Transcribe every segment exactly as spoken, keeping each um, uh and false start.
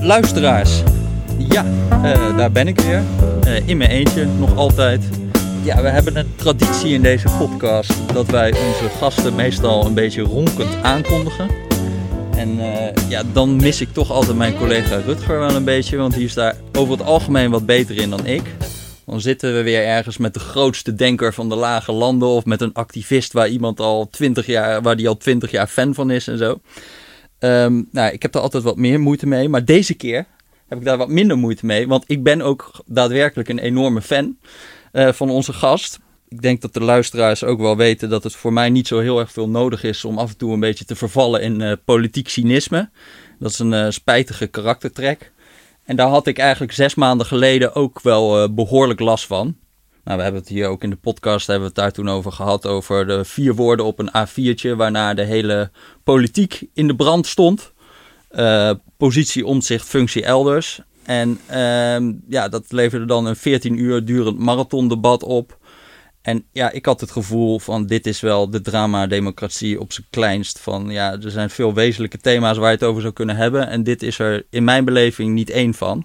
luisteraars. Ja, uh, daar ben ik weer. Uh, in mijn eentje, nog altijd. Ja, we hebben een traditie in deze podcast dat wij onze gasten meestal een beetje ronkend aankondigen. En uh, ja, dan mis ik toch altijd mijn collega Rutger wel een beetje, want die is daar over het algemeen wat beter in dan ik. Dan zitten we weer ergens met de grootste denker van de lage landen of met een activist waar iemand al twintig jaar, waar die al twintig jaar fan van is en zo. Um, nou, ik heb daar altijd wat meer moeite mee, maar deze keer heb ik daar wat minder moeite mee, want ik ben ook daadwerkelijk een enorme fan uh, van onze gast. Ik denk dat de luisteraars ook wel weten dat het voor mij niet zo heel erg veel nodig is om af en toe een beetje te vervallen in uh, politiek cynisme. Dat is een uh, spijtige karaktertrek. En daar had ik eigenlijk zes maanden geleden ook wel uh, behoorlijk last van. Nou, we hebben het hier ook in de podcast hebben we het daar toen over gehad, over de vier woorden op een A viertje, waarna de hele politiek in de brand stond. Uh, positie, omzicht, functie elders. En uh, ja, dat leverde dan een veertien uur durend marathondebat op. En ja, ik had het gevoel van dit is wel de drama-democratie op zijn kleinst. Van ja, er zijn veel wezenlijke thema's waar je het over zou kunnen hebben. En dit is er in mijn beleving niet één van.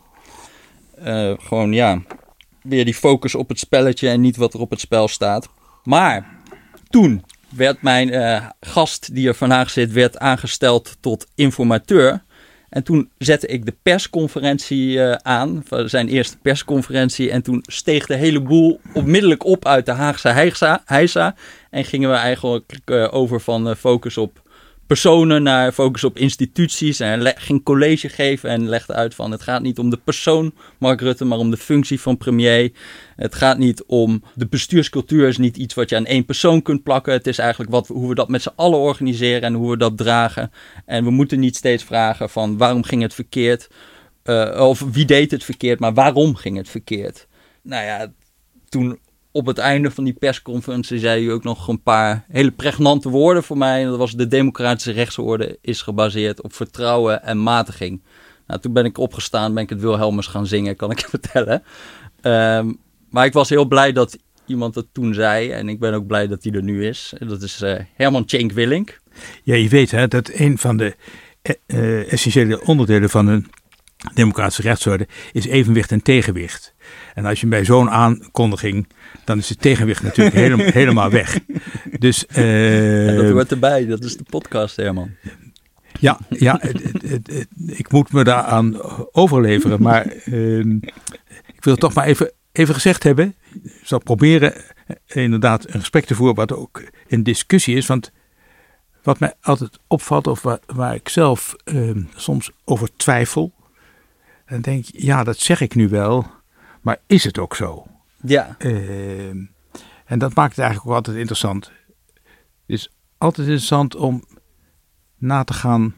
Uh, gewoon ja, weer die focus op het spelletje en niet wat er op het spel staat. Maar toen werd mijn uh, gast die er vandaag zit, werd aangesteld tot informateur. En toen zette ik de persconferentie uh, aan, zijn eerste persconferentie. En toen steeg de hele boel onmiddellijk op uit de Haagse heisa, heisa. En gingen we eigenlijk uh, over van uh, focus op personen naar focus op instituties. En hij le- ging college geven en legde uit van het gaat niet om de persoon Mark Rutte, maar om de functie van premier. Het gaat niet om de bestuurscultuur, is niet iets wat je aan één persoon kunt plakken. Het is eigenlijk wat, hoe we dat met z'n allen organiseren en hoe we dat dragen. En we moeten niet steeds vragen van waarom ging het verkeerd? Uh, of wie deed het verkeerd, maar waarom ging het verkeerd? Nou ja, toen op het einde van die persconferentie zei u ook nog een paar hele pregnante woorden voor mij. En dat was de democratische rechtsorde is gebaseerd op vertrouwen en matiging. Nou, toen ben ik opgestaan, ben ik het Wilhelmus gaan zingen, kan ik je vertellen. Um, maar ik was heel blij dat iemand het toen zei. En ik ben ook blij dat hij er nu is. En dat is uh, Herman Tjenk Willink. Ja, je weet hè, dat een van de uh, essentiële onderdelen van een democratische rechtsorde is evenwicht en tegenwicht. En als je bij zo'n aankondiging, dan is het tegenwicht natuurlijk helemaal, helemaal weg. Dus, uh, ja, dat hoort erbij, dat is de podcast, Herman. Ja, ja het, het, het, het, ik moet me daaraan overleveren, maar uh, ik wil het toch maar even, even gezegd hebben. Ik zal proberen uh, inderdaad een gesprek te voeren wat ook in discussie is, want wat mij altijd opvalt of waar, waar ik zelf uh, soms over twijfel, dan denk ik, ja, dat zeg ik nu wel, maar is het ook zo? Ja. Uh, en dat maakt het eigenlijk ook altijd interessant. Het is altijd interessant om na te gaan,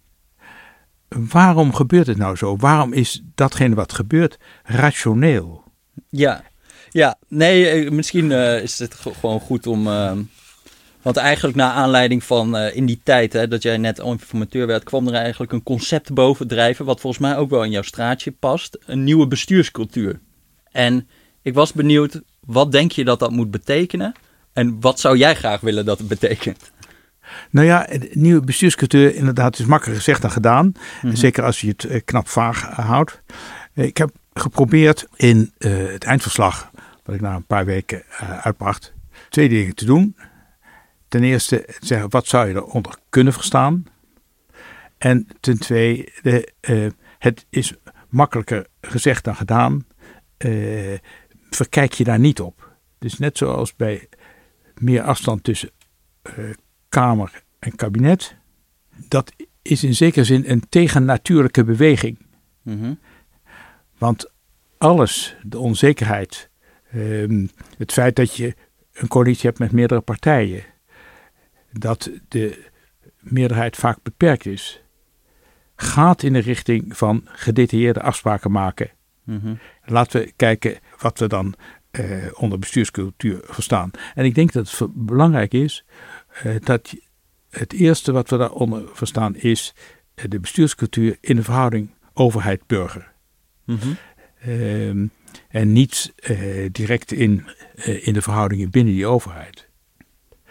waarom gebeurt het nou zo? Waarom is datgene wat gebeurt rationeel? Ja, ja. nee, misschien uh, is het g- gewoon goed om... Uh, want eigenlijk na aanleiding van uh, in die tijd, hè, dat jij net informateur werd, kwam er eigenlijk een concept bovendrijven, wat volgens mij ook wel in jouw straatje past. Een nieuwe bestuurscultuur. En ik was benieuwd, wat denk je dat dat moet betekenen? En wat zou jij graag willen dat het betekent? Nou ja, de nieuwe bestuurscultuur inderdaad is makkelijker gezegd dan gedaan. Mm-hmm. Zeker als je het uh, knap vaag houdt. Uh, ik heb geprobeerd in uh, het eindverslag, wat ik na een paar weken uh, uitbracht, twee dingen te doen. Ten eerste zeggen, wat zou je eronder kunnen verstaan? En ten tweede, uh, het is makkelijker gezegd dan gedaan. Uh, verkijk je daar niet op. Dus net zoals bij meer afstand tussen uh, Kamer en kabinet. Dat is in zekere zin een tegennatuurlijke beweging. Mm-hmm. Want alles, de onzekerheid, um, het feit dat je een coalitie hebt met meerdere partijen, dat de meerderheid vaak beperkt is, gaat in de richting van gedetailleerde afspraken maken. Mm-hmm. Laten we kijken wat we dan uh, onder bestuurscultuur verstaan. En ik denk dat het belangrijk is uh, dat het eerste wat we daaronder verstaan is uh, de bestuurscultuur in de verhouding overheid-burger. Mm-hmm. Uh, en niet uh, direct in, uh, in de verhoudingen binnen die overheid.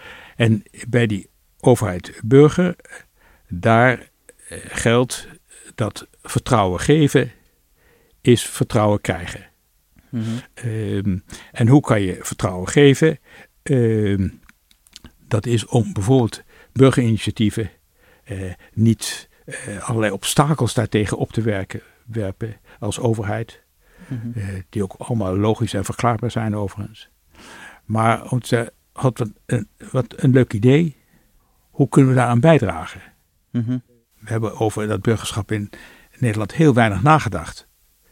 En bij die overheid-burger, daar uh, geldt dat vertrouwen geven is vertrouwen krijgen. Mm-hmm. Um, en hoe kan je vertrouwen geven? Um, dat is om bijvoorbeeld burgerinitiatieven uh, niet uh, allerlei obstakels daartegen op te werken, werpen als overheid. Mm-hmm. Uh, die ook allemaal logisch en verklaarbaar zijn overigens. Maar om te zeggen, had wat een, wat een leuk idee. Hoe kunnen we daaraan bijdragen? Mm-hmm. We hebben over dat burgerschap in Nederland heel weinig nagedacht.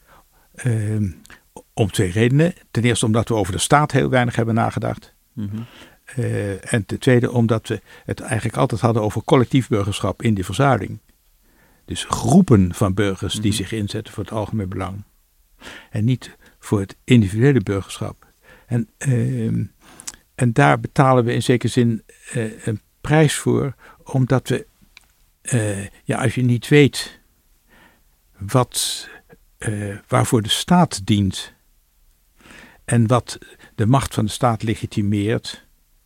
Um, om twee redenen. Ten eerste omdat we over de staat heel weinig hebben nagedacht. Mm-hmm. Uh, en ten tweede omdat we het eigenlijk altijd hadden over collectief burgerschap in die verzuiling. Dus groepen van burgers mm-hmm. die zich inzetten voor het algemeen belang. En niet voor het individuele burgerschap. En, uh, en daar betalen we in zekere zin uh, een prijs voor. Omdat we, uh, ja, als je niet weet wat, uh, waarvoor de staat dient. En wat de macht van de staat legitimeert.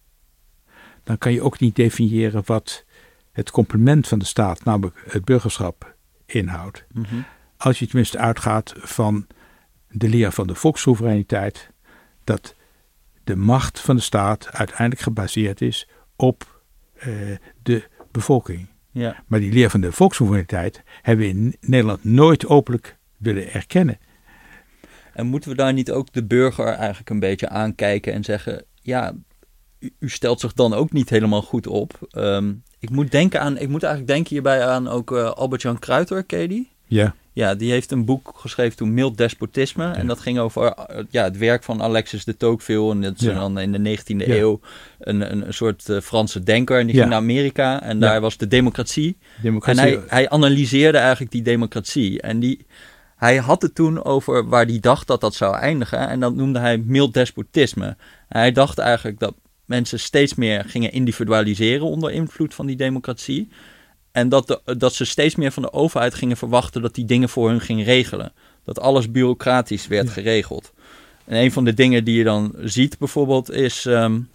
Dan kan je ook niet definiëren wat het complement van de staat, namelijk het burgerschap, inhoudt. Mm-hmm. Als je tenminste uitgaat van de leer van de volkssoevereiniteit, dat de macht van de staat uiteindelijk gebaseerd is op uh, de bevolking. Ja. Maar die leer van de volkssoevereiniteit hebben we in Nederland nooit openlijk willen erkennen. En moeten we daar niet ook de burger eigenlijk een beetje aankijken en zeggen, ja, u, u stelt zich dan ook niet helemaal goed op. Um, ik moet denken aan, ik moet eigenlijk denken hierbij aan ook uh, Albert-Jan Kruiter, ken je die? Ja. Ja, die heeft een boek geschreven toen, Mild Despotisme. Ja. En dat ging over uh, ja, het werk van Alexis de Tocqueville. En dat is ja. dan in de negentiende ja. eeuw een, een, een soort uh, Franse denker. En die ja. ging naar Amerika en daar ja. was de democratie. democratie. En hij, hij analyseerde eigenlijk die democratie. En die, hij had het toen over waar hij dacht dat dat zou eindigen. En dat noemde hij mild despotisme. En hij dacht eigenlijk dat mensen steeds meer gingen individualiseren onder invloed van die democratie. En dat, de, dat ze steeds meer van de overheid gingen verwachten dat die dingen voor hun ging regelen. Dat alles bureaucratisch werd ja. geregeld. En een van de dingen die je dan ziet bijvoorbeeld is... Um,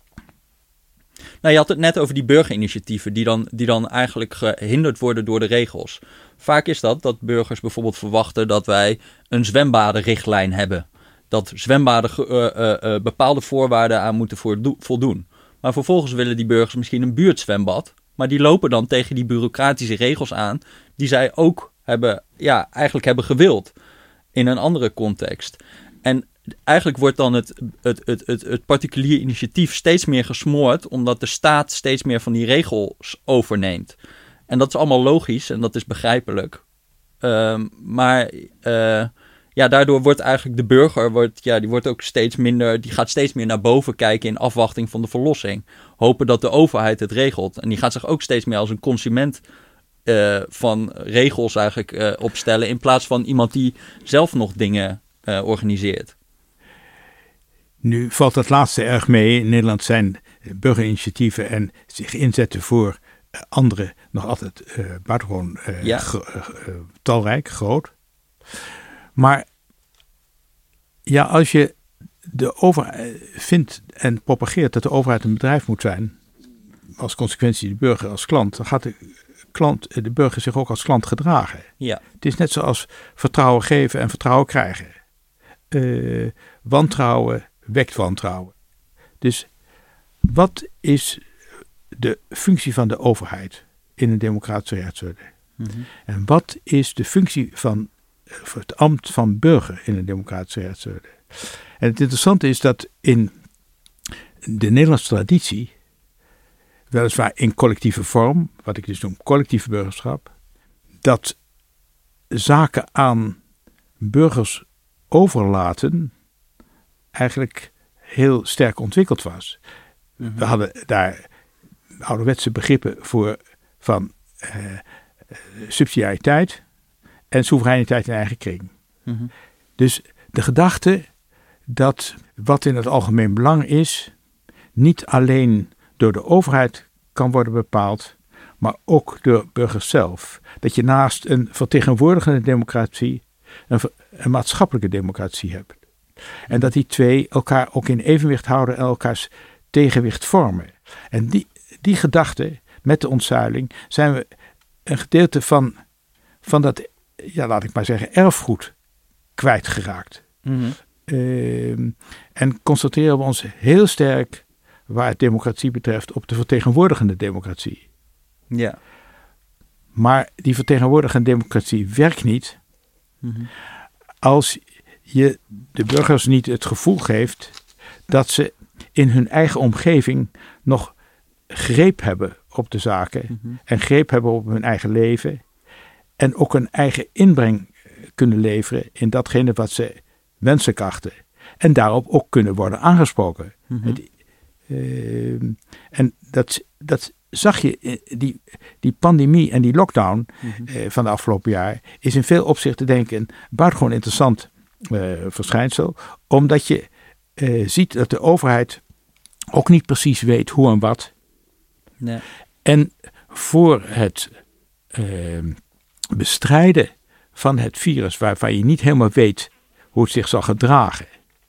nou, je had het net over die burgerinitiatieven die dan, die dan eigenlijk gehinderd worden door de regels. Vaak is dat dat burgers bijvoorbeeld verwachten dat wij een zwembadenrichtlijn hebben. Dat zwembaden uh, uh, uh, bepaalde voorwaarden aan moeten voldoen. Maar vervolgens willen die burgers misschien een buurtzwembad. Maar die lopen dan tegen die bureaucratische regels aan die zij ook hebben, ja, eigenlijk hebben gewild in een andere context. En eigenlijk wordt dan het, het, het, het, het particulier initiatief steeds meer gesmoord, omdat de staat steeds meer van die regels overneemt. En dat is allemaal logisch en dat is begrijpelijk. Um, maar uh, ja, daardoor wordt eigenlijk de burger, wordt, ja, die wordt ook steeds minder, die gaat steeds meer naar boven kijken in afwachting van de verlossing. Hopen dat de overheid het regelt. En die gaat zich ook steeds meer als een consument uh, van regels eigenlijk uh, opstellen, in plaats van iemand die zelf nog dingen uh, organiseert. Nu valt dat laatste erg mee. In Nederland zijn burgerinitiatieven en zich inzetten voor uh, anderen nog altijd uh, buitengewoon uh, ja. g- uh, talrijk, groot. Maar ja, als je de overheid vindt en propageert dat de overheid een bedrijf moet zijn, als consequentie de burger als klant, dan gaat de, klant, de burger zich ook als klant gedragen. Ja. Het is net zoals vertrouwen geven en vertrouwen krijgen. Uh, wantrouwen wekt wantrouwen. Dus wat is de functie van de overheid in een democratische rechtsorde? Mm-hmm. En wat is de functie van voor het ambt van burger in een democratische rechtsorde? En het interessante is dat in de Nederlandse traditie, weliswaar in collectieve vorm, wat ik dus noem collectief burgerschap, dat zaken aan burgers overlaten eigenlijk heel sterk ontwikkeld was. Mm-hmm. We hadden daar ouderwetse begrippen voor van uh, subsidiariteit en soevereiniteit in eigen kring. Mm-hmm. Dus de gedachte dat wat in het algemeen belang is, niet alleen door de overheid kan worden bepaald, maar ook door burgers zelf. Dat je naast een vertegenwoordigende democratie een, een maatschappelijke democratie hebt. En dat die twee elkaar ook in evenwicht houden en elkaars tegenwicht vormen. En die, die gedachte, met de ontzuiling, zijn we een gedeelte van, van dat, ja, laat ik maar zeggen, erfgoed kwijtgeraakt. Mm-hmm. Uh, en concentreren we ons heel sterk, waar het democratie betreft, op de vertegenwoordigende democratie. Ja. Maar die vertegenwoordigende democratie werkt niet Mm-hmm. als je de burgers niet het gevoel geeft dat ze in hun eigen omgeving nog greep hebben op de zaken Mm-hmm. en greep hebben op hun eigen leven en ook een eigen inbreng kunnen leveren in datgene wat ze wenselijk achten en daarop ook kunnen worden aangesproken. Mm-hmm. Het, uh, en dat, dat zag je, die, die pandemie en die lockdown Mm-hmm. uh, van de afgelopen jaar is in veel opzichten denk ik een buitengewoon interessant uh, verschijnsel, omdat je uh, ziet dat de overheid ook niet precies weet hoe en wat. Ja. En voor het uh, bestrijden van het virus, waarvan je niet helemaal weet hoe het zich zal gedragen,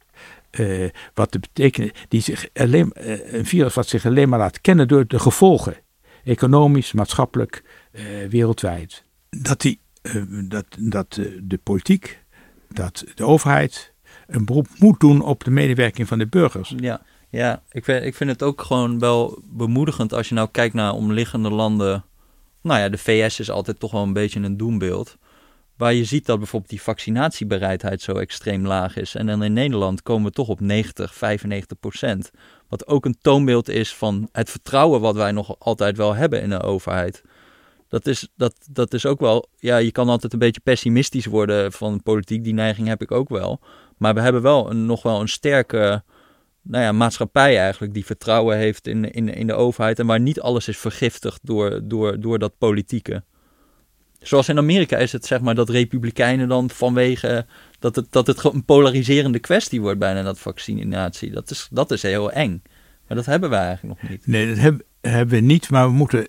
uh, wat de betekenis, die zich alleen, uh, een virus wat zich alleen maar laat kennen door de gevolgen, economisch, maatschappelijk, uh, wereldwijd. Dat, die, uh, dat, dat uh, de politiek, dat de overheid een beroep moet doen op de medewerking van de burgers. Ja. Ja, ik vind, ik vind het ook gewoon wel bemoedigend als je nou kijkt naar omliggende landen. Nou ja, de V S is altijd toch wel een beetje een doembeeld. Waar je ziet dat bijvoorbeeld die vaccinatiebereidheid zo extreem laag is. En dan in Nederland komen we toch op negentig, vijfennegentig procent. Wat ook een toonbeeld is van het vertrouwen wat wij nog altijd wel hebben in de overheid. Dat is, dat, dat is ook wel, ja, je kan altijd een beetje pessimistisch worden van politiek. Die neiging heb ik ook wel. Maar we hebben wel een, nog wel een sterke... Nou ja, maatschappij eigenlijk die vertrouwen heeft in, in, in de overheid en waar niet alles is vergiftigd door, door, door dat politieke. Zoals in Amerika is het zeg maar dat republikeinen dan vanwege dat het, dat het een polariserende kwestie wordt bijna dat vaccinatie. Dat is, dat is heel eng. Maar dat hebben we eigenlijk nog niet. Nee, dat hebben, hebben we niet, maar we moeten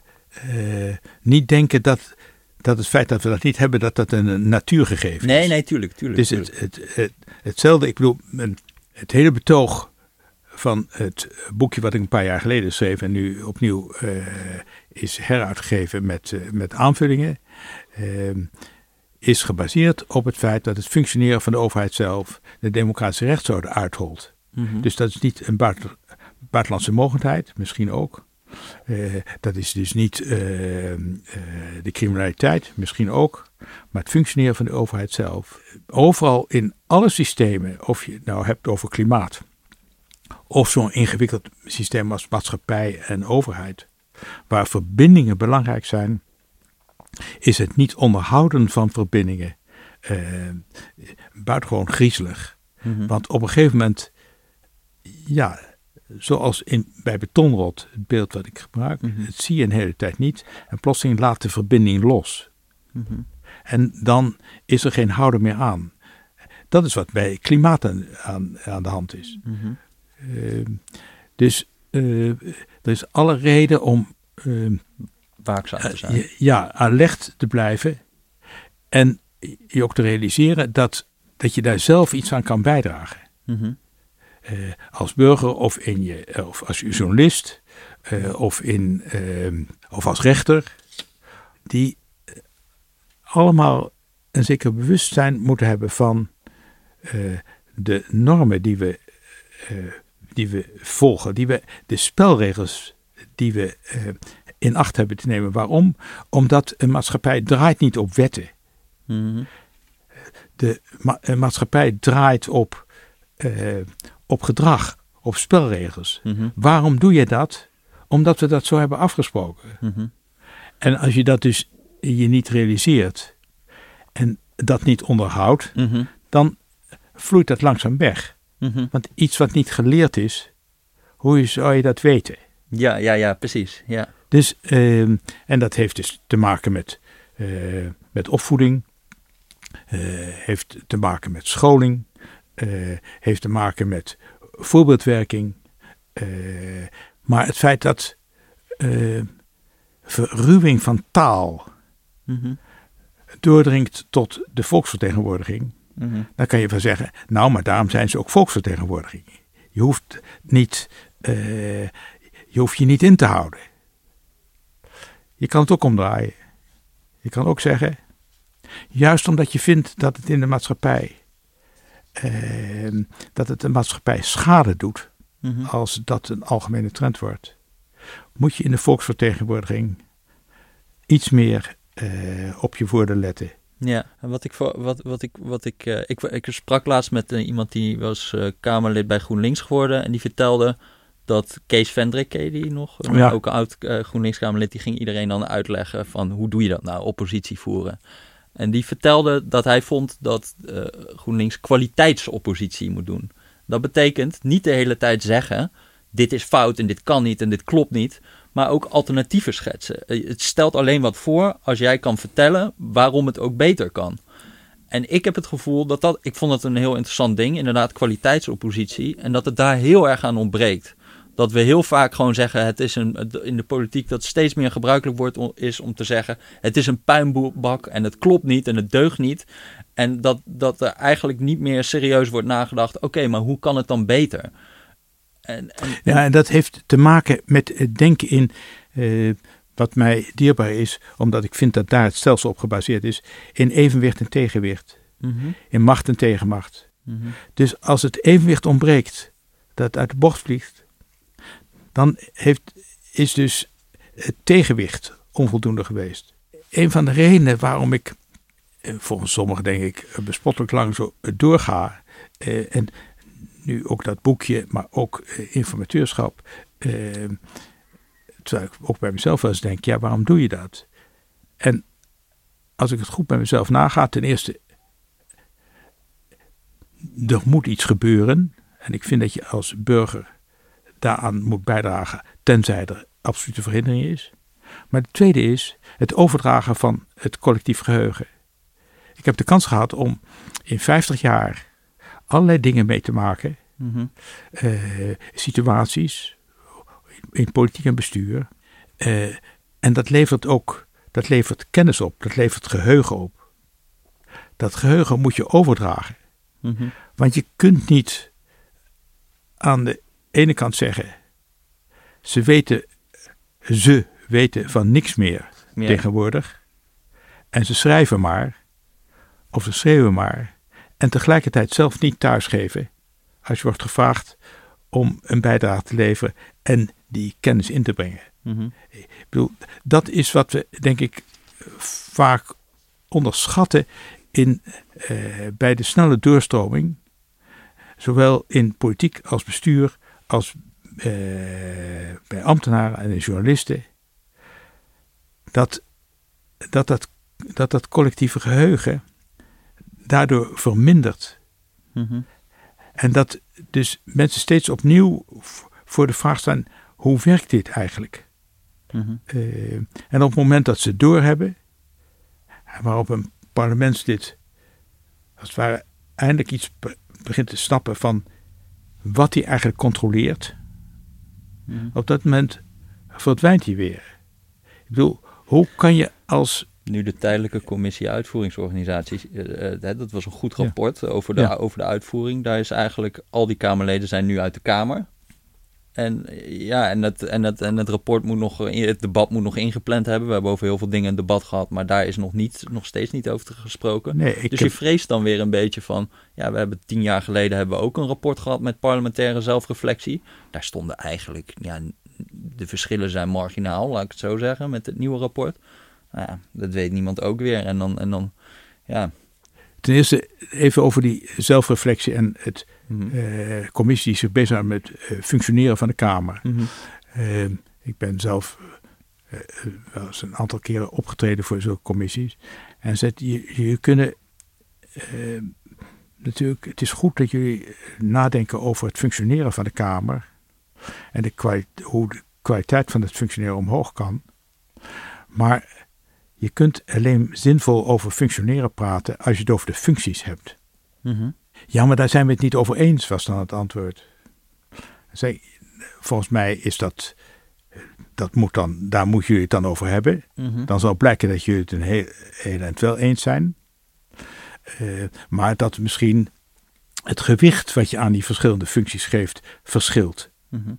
uh, niet denken dat, dat het feit dat we dat niet hebben, dat dat een natuurgegeven nee, is. Nee, nee, tuurlijk. tuurlijk, dus tuurlijk. Het, het, het, hetzelfde, ik bedoel... Een, Het hele betoog van het boekje wat ik een paar jaar geleden schreef en nu opnieuw uh, is heruitgegeven met, uh, met aanvullingen, uh, is gebaseerd op het feit dat het functioneren van de overheid zelf de democratische rechtsorde uitholt. Mm-hmm. Dus dat is niet een buiten, buitenlandse mogendheid, misschien ook. Uh, dat is dus niet uh, uh, de criminaliteit, misschien ook. Maar het functioneren van de overheid zelf. Overal in alle systemen, of je het nou hebt over klimaat, of zo'n ingewikkeld systeem als maatschappij en overheid, waar verbindingen belangrijk zijn, is het niet onderhouden van verbindingen uh, buitengewoon griezelig. Mm-hmm. Want op een gegeven moment, ja, zoals in, bij betonrot, het beeld wat ik gebruik, mm-hmm. het zie je een hele tijd niet. En plotseling laat de verbinding los. Mm-hmm. En dan is er geen houden meer aan. Dat is wat bij klimaat aan, aan, aan de hand is. Mm-hmm. Uh, dus uh, er is alle reden om uh, waakzaam te zijn. Uh, ja, alert te blijven. En je ook te realiseren dat, dat je daar zelf iets aan kan bijdragen. Mm-hmm. Uh, als burger of, in je, of als journalist uh, of, in, uh, of als rechter. Die allemaal een zeker bewustzijn moeten hebben van uh, de normen die we, uh, die we volgen. Die we, de spelregels die we uh, in acht hebben te nemen. Waarom? Omdat een maatschappij draait niet op wetten. Mm-hmm. De ma- een maatschappij draait op, uh, op gedrag, op spelregels. Mm-hmm. Waarom doe je dat? Omdat we dat zo hebben afgesproken. Mm-hmm. En als je dat dus je niet realiseert en dat niet onderhoudt, mm-hmm. dan vloeit dat langzaam weg. Mm-hmm. Want iets wat niet geleerd is, hoe zou je dat weten? Ja, ja, ja, precies. Ja. Dus, uh, en dat heeft dus te maken met, uh, met opvoeding, uh, heeft te maken met scholing, uh, heeft te maken met voorbeeldwerking. Uh, maar het feit dat uh, verruwing van taal mm-hmm. doordringt tot de volksvertegenwoordiging, mm-hmm. dan kan je wel zeggen, nou, maar daarom zijn ze ook volksvertegenwoordiging. Je hoeft niet, uh, je hoeft je niet in te houden. Je kan het ook omdraaien. Je kan ook zeggen, Juist omdat je vindt dat het in de maatschappij, uh, dat het de maatschappij schade doet, mm-hmm. als dat een algemene trend wordt, moet je in de volksvertegenwoordiging iets meer uh, op je woorden letten. Ja, en wat ik voor, wat, wat ik, wat ik, uh, ik, ik sprak laatst met uh, iemand die was uh, Kamerlid bij GroenLinks geworden en die vertelde dat Kees Vendrik, ken je die nog? Ja. Ook een oud uh, GroenLinks-Kamerlid, die ging iedereen dan uitleggen van hoe doe je dat nou, oppositie voeren. En die vertelde dat hij vond dat uh, GroenLinks kwaliteitsoppositie moet doen. Dat betekent niet de hele tijd zeggen, dit is fout en dit kan niet en dit klopt niet, maar ook alternatieven schetsen. Het stelt alleen wat voor als jij kan vertellen waarom het ook beter kan. En ik heb het gevoel dat dat, ik vond het een heel interessant ding, inderdaad kwaliteitsoppositie, en dat het daar heel erg aan ontbreekt. Dat we heel vaak gewoon zeggen, het is een, in de politiek dat steeds meer gebruikelijk wordt, is om te zeggen, het is een puinbak en het klopt niet en het deugt niet. En dat, dat er eigenlijk niet meer serieus wordt nagedacht, oké, okay, maar hoe kan het dan beter? En, en, ja, en dat heeft te maken met het denken in, uh, wat mij dierbaar is, omdat ik vind dat daar het stelsel op gebaseerd is, in evenwicht en tegenwicht. Mm-hmm. In macht en tegenmacht. Mm-hmm. Dus als het evenwicht ontbreekt, dat het uit de bocht vliegt, dan heeft, is dus het tegenwicht onvoldoende geweest. Een van de redenen waarom ik, volgens sommigen denk ik, bespottelijk lang zo doorga, uh, en nu ook dat boekje, maar ook uh, informateurschap, uh, terwijl ik ook bij mezelf wel eens denk, ja, waarom doe je dat? En als ik het goed bij mezelf naga, ten eerste, er moet iets gebeuren. En ik vind dat je als burger daaraan moet bijdragen, tenzij er absolute verhindering is. Maar het tweede is het overdragen van het collectief geheugen. Ik heb de kans gehad om in vijftig jaar allerlei dingen mee te maken. Mm-hmm. Uh, situaties in politiek en bestuur. Uh, en dat levert ook, dat levert kennis op, dat levert geheugen op. Dat geheugen moet je overdragen. Mm-hmm. Want je kunt niet aan de ene kant zeggen, ze weten, ze weten van niks meer ja. tegenwoordig. En ze schrijven maar, of ze schreeuwen maar. En tegelijkertijd zelf niet thuisgeven als je wordt gevraagd om een bijdrage te leveren en die kennis in te brengen. Mm-hmm. Ik bedoel, dat is wat we, denk ik, vaak onderschatten in, uh, bij de snelle doorstroming, zowel in politiek als bestuur, als uh, bij ambtenaren en journalisten, dat dat, dat, dat dat collectieve geheugen daardoor vermindert. Mm-hmm. En dat dus mensen steeds opnieuw voor de vraag staan, hoe werkt dit eigenlijk? Mm-hmm. Uh, en op het moment dat ze het doorhebben, waarop een parlementslid als het ware eindelijk iets begint te snappen van wat hij eigenlijk controleert, mm-hmm. op dat moment verdwijnt hij weer. Ik bedoel, hoe kan je als... Nu de tijdelijke commissie uitvoeringsorganisaties, uh, uh, dat was een goed rapport ja. over, de, ja. over de uitvoering. Daar is eigenlijk, al die Kamerleden zijn nu uit de Kamer. En ja, en het, en het, en het rapport moet nog, het debat moet nog ingepland hebben. We hebben over heel veel dingen een debat gehad, maar daar is nog, niet, nog steeds niet over gesproken. Nee, dus je heb... vreest dan weer een beetje van, ja, we hebben tien jaar geleden hebben we ook een rapport gehad met parlementaire zelfreflectie. Daar stonden eigenlijk, ja, de verschillen zijn marginaal, laat ik het zo zeggen, met het nieuwe rapport. Nou ja, dat weet niemand ook weer. En dan, en dan ja. Ten eerste even over die zelfreflectie en het mm-hmm. uh, commissie die zich bezighoudt met uh, functioneren van de Kamer. Mm-hmm. Uh, ik ben zelf uh, wel eens een aantal keren opgetreden voor zulke commissies. En zet, je, je kunnen uh, natuurlijk, het is goed dat jullie nadenken over het functioneren van de Kamer. En de kwali- hoe de kwaliteit van het functioneren omhoog kan. Maar je kunt alleen zinvol over functioneren praten als je het over de functies hebt. Mm-hmm. Ja, maar daar zijn we het niet over eens, was dan het antwoord. Zij, volgens mij is dat, dat moet dan, daar moet jullie het dan over hebben. Mm-hmm. Dan zal blijken dat jullie het een heel, heel eind wel eens zijn. Uh, maar dat misschien het gewicht wat je aan die verschillende functies geeft, verschilt. Mm-hmm.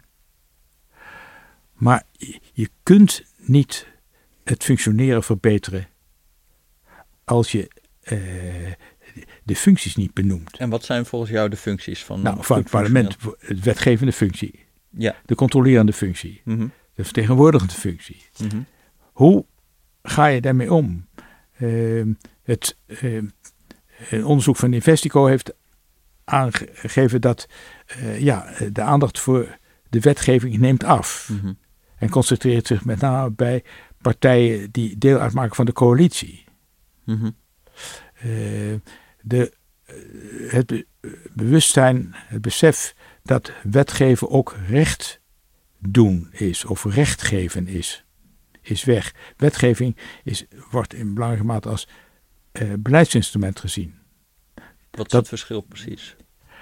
Maar je, je kunt niet het functioneren verbeteren als je uh, de functies niet benoemt. En wat zijn volgens jou de functies van... Nou, van het parlement, de wetgevende functie. Ja. De controlerende functie. Mm-hmm. De vertegenwoordigende functie. Mm-hmm. Hoe ga je daarmee om? Uh, het uh, een onderzoek van Investico heeft aangegeven dat uh, ja, de aandacht voor de wetgeving neemt af. Mm-hmm. En concentreert zich met name bij partijen die deel uitmaken van de coalitie. Mm-hmm. Uh, de, uh, het be- bewustzijn, het besef dat wetgeven ook recht doen is of recht geven is, is weg. Wetgeving is, wordt in belangrijke mate als uh, beleidsinstrument gezien. Wat is dat, het verschil precies?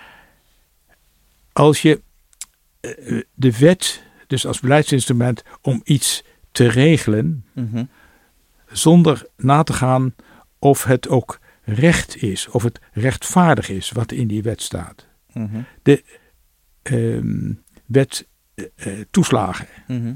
Als je uh, de wet, dus als beleidsinstrument om iets te regelen, Mm-hmm. zonder na te gaan of het ook recht is, of het rechtvaardig is wat in die wet staat. Mm-hmm. De uh, wet uh, toeslagen. Mm-hmm.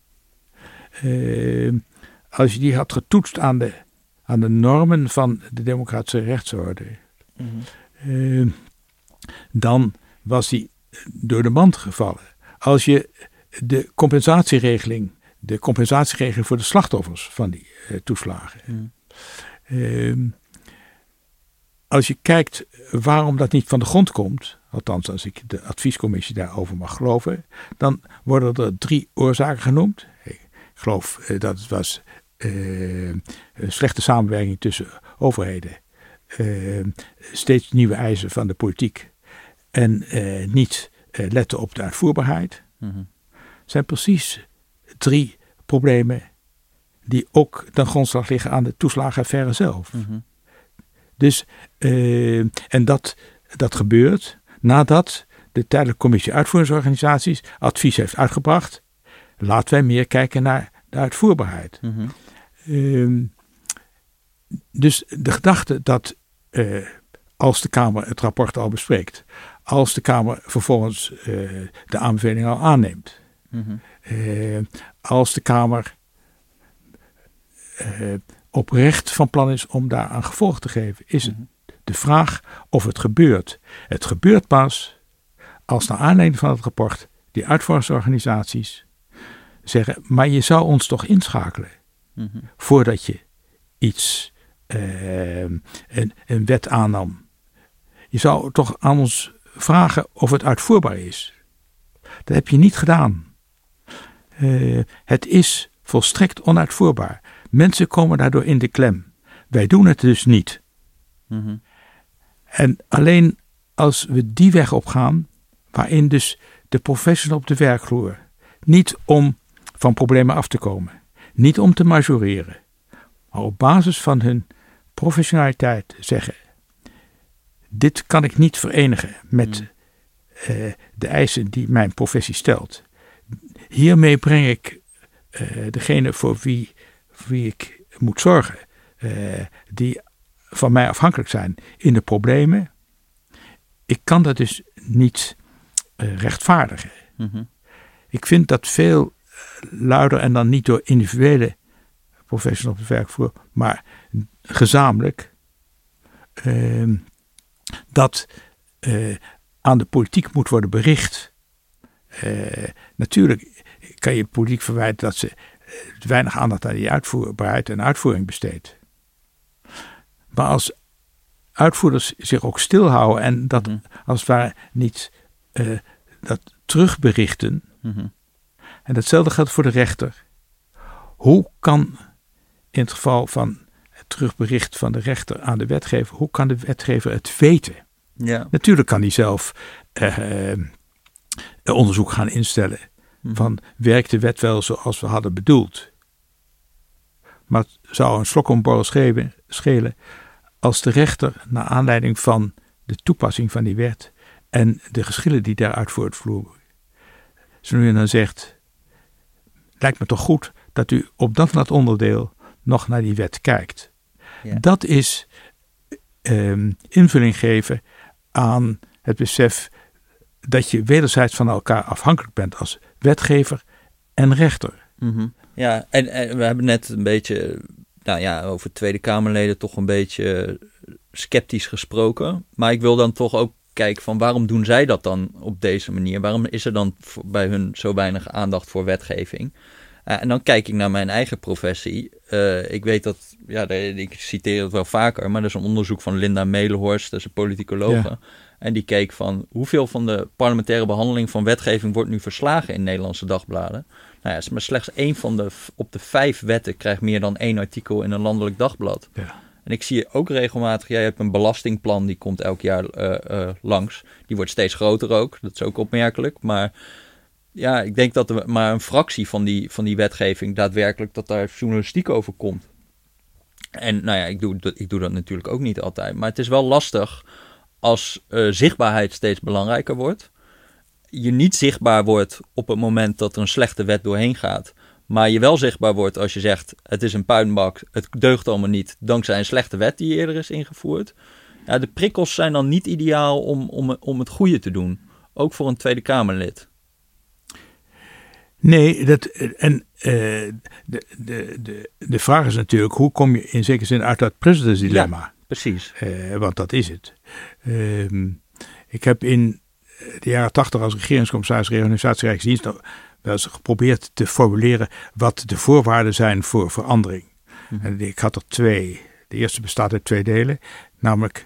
Uh, als je die had getoetst aan de, aan de normen van de democratische rechtsorde, Mm-hmm. uh, dan was die door de mand gevallen. Als je de compensatieregeling, de compensatieregeling voor de slachtoffers van die uh, toeslagen. Mm. Uh, als je kijkt waarom dat niet van de grond komt, althans als ik de adviescommissie daarover mag geloven, dan worden er drie oorzaken genoemd. Ik geloof uh, dat het was uh, een slechte samenwerking tussen overheden, uh, steeds nieuwe eisen van de politiek en uh, niet uh, letten op de uitvoerbaarheid. Mm-hmm. Zijn precies drie problemen die ook ten grondslag liggen aan de toeslagenaffaire zelf. Mm-hmm. Dus, uh, en dat, dat gebeurt nadat de tijdelijke commissie uitvoeringsorganisaties advies heeft uitgebracht. Laten wij meer kijken naar de uitvoerbaarheid. Mm-hmm. Uh, dus de gedachte dat uh, als de Kamer het rapport al bespreekt, als de Kamer vervolgens uh, de aanbeveling al aanneemt, Mm-hmm. uh, als de Kamer uh, oprecht van plan is om daaraan gevolg te geven, is het de vraag of het gebeurt. Het gebeurt pas als naar aanleiding van het rapport die uitvoeringsorganisaties zeggen, maar je zou ons toch inschakelen Mm-hmm. voordat je iets, uh, een, een wet aannam. Je zou toch aan ons vragen of het uitvoerbaar is. Dat heb je niet gedaan. Uh, het is volstrekt onuitvoerbaar. Mensen komen daardoor in de klem. Wij doen het dus niet. Mm-hmm. En alleen als we die weg op gaan, waarin dus de professional op de werkvloer, niet om van problemen af te komen, niet om te majoreren, maar op basis van hun professionaliteit zeggen, dit kan ik niet verenigen met mm. uh, de eisen die mijn professie stelt. Hiermee breng ik uh, degene voor wie, voor wie ik moet zorgen, uh, die van mij afhankelijk zijn, in de problemen. Ik kan dat dus niet uh, rechtvaardigen. Mm-hmm. Ik vind dat veel luider en dan niet door individuele professionals op de werkvloer, maar gezamenlijk, uh, dat uh, aan de politiek moet worden bericht. Uh, natuurlijk kan je politiek verwijten dat ze uh, weinig aandacht aan die uitvoerbaarheid en uitvoering besteedt. Maar als uitvoerders zich ook stilhouden en dat mm-hmm. als het ware niet uh, dat terugberichten. Mm-hmm. En datzelfde geldt voor de rechter. Hoe kan in het geval van het terugbericht van de rechter aan de wetgever, hoe kan de wetgever het weten? Ja. Natuurlijk kan hij zelf uh, uh, onderzoek gaan instellen. Mm-hmm. Van werkt de wet wel zoals we hadden bedoeld? Maar het zou een slok om borrel schelen, schelen als de rechter naar aanleiding van de toepassing van die wet en de geschillen die daaruit voortvloeien, zo nu en dan zegt, lijkt me toch goed dat u op dat en dat onderdeel nog naar die wet kijkt. Ja. Dat is um, invulling geven aan het besef dat je wederzijds van elkaar afhankelijk bent als wetgever en rechter. Mm-hmm. Ja, en, en we hebben net een beetje, nou ja, over Tweede Kamerleden toch een beetje sceptisch gesproken. Maar ik wil dan toch ook kijken van waarom doen zij dat dan op deze manier? Waarom is er dan bij hun zo weinig aandacht voor wetgeving? Uh, en dan kijk ik naar mijn eigen professie. Uh, ik weet dat, ja, ik citeer het wel vaker, maar er is een onderzoek van Linda Meelhorst, dat is een politicologe. Ja. En die keek van hoeveel van de parlementaire behandeling van wetgeving wordt nu verslagen in Nederlandse dagbladen. Nou ja, maar slechts één van de op de vijf wetten krijgt meer dan één artikel in een landelijk dagblad. Ja. En ik zie ook regelmatig, jij hebt een belastingplan, die komt elk jaar uh, uh, langs. Die wordt steeds groter ook, dat is ook opmerkelijk. Maar ja, ik denk dat er maar een fractie van die, van die wetgeving daadwerkelijk dat daar journalistiek over komt. En nou ja, ik doe, ik doe dat natuurlijk ook niet altijd. Maar het is wel lastig als uh, zichtbaarheid steeds belangrijker wordt. Je niet zichtbaar wordt op het moment dat er een slechte wet doorheen gaat. Maar je wel zichtbaar wordt als je zegt, het is een puinbak, het deugt allemaal niet, dankzij een slechte wet die eerder is ingevoerd. Ja, de prikkels zijn dan niet ideaal om, om, om het goede te doen. Ook voor een Tweede Kamerlid. Nee, dat, en uh, de, de, de, de vraag is natuurlijk, hoe kom je in zekere zin uit dat presidentsdilemma? Ja, precies. Uh, want dat is het. Uh, ik heb in de jaren tachtig als regeringscommissaris Reorganisatie Rijksdienst wel eens geprobeerd te formuleren wat de voorwaarden zijn voor verandering. Mm-hmm. En ik had er twee. De eerste bestaat uit twee delen. Namelijk,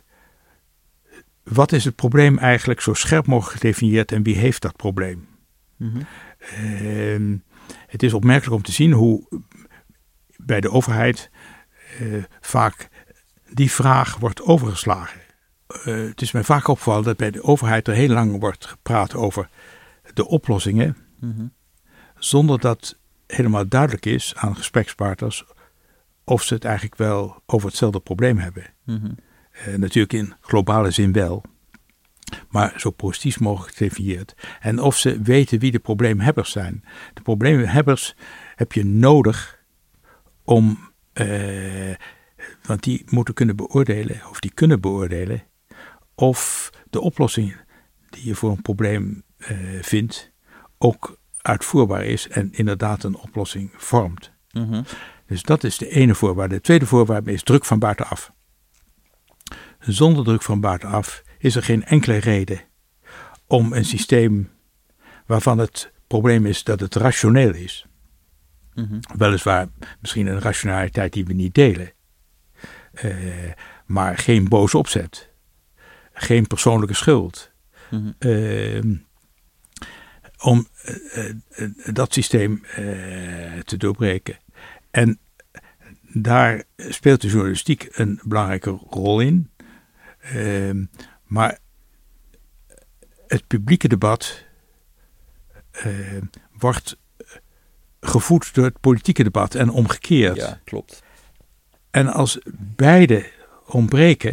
wat is het probleem eigenlijk zo scherp mogelijk gedefinieerd en wie heeft dat probleem? Mm-hmm. Uh, het is opmerkelijk om te zien hoe bij de overheid uh, vaak die vraag wordt overgeslagen. Uh, het is mij vaak opgevallen dat bij de overheid er heel lang wordt gepraat over de oplossingen, mm-hmm. zonder dat helemaal duidelijk is aan gesprekspartners of ze het eigenlijk wel over hetzelfde probleem hebben. Mm-hmm. Uh, natuurlijk in globale zin wel, maar zo positief mogelijk gedefinieerd. En of ze weten wie de probleemhebbers zijn. De probleemhebbers heb je nodig om, uh, want die moeten kunnen beoordelen, of die kunnen beoordelen, of de oplossing die je voor een probleem uh, vindt ook uitvoerbaar is en inderdaad een oplossing vormt. Mm-hmm. Dus dat is de ene voorwaarde. De tweede voorwaarde is druk van buitenaf. Zonder druk van buitenaf is er geen enkele reden om een systeem waarvan het probleem is dat het rationeel is. Mm-hmm. Weliswaar misschien een rationaliteit die we niet delen. Uh, maar geen boze opzet. Geen persoonlijke schuld. Mm-hmm. Uh, om uh, uh, dat systeem uh, te doorbreken. En daar speelt de journalistiek een belangrijke rol in. Uh, maar het publieke debat uh, wordt gevoed door het politieke debat en omgekeerd. Ja, klopt. En als beide ontbreken,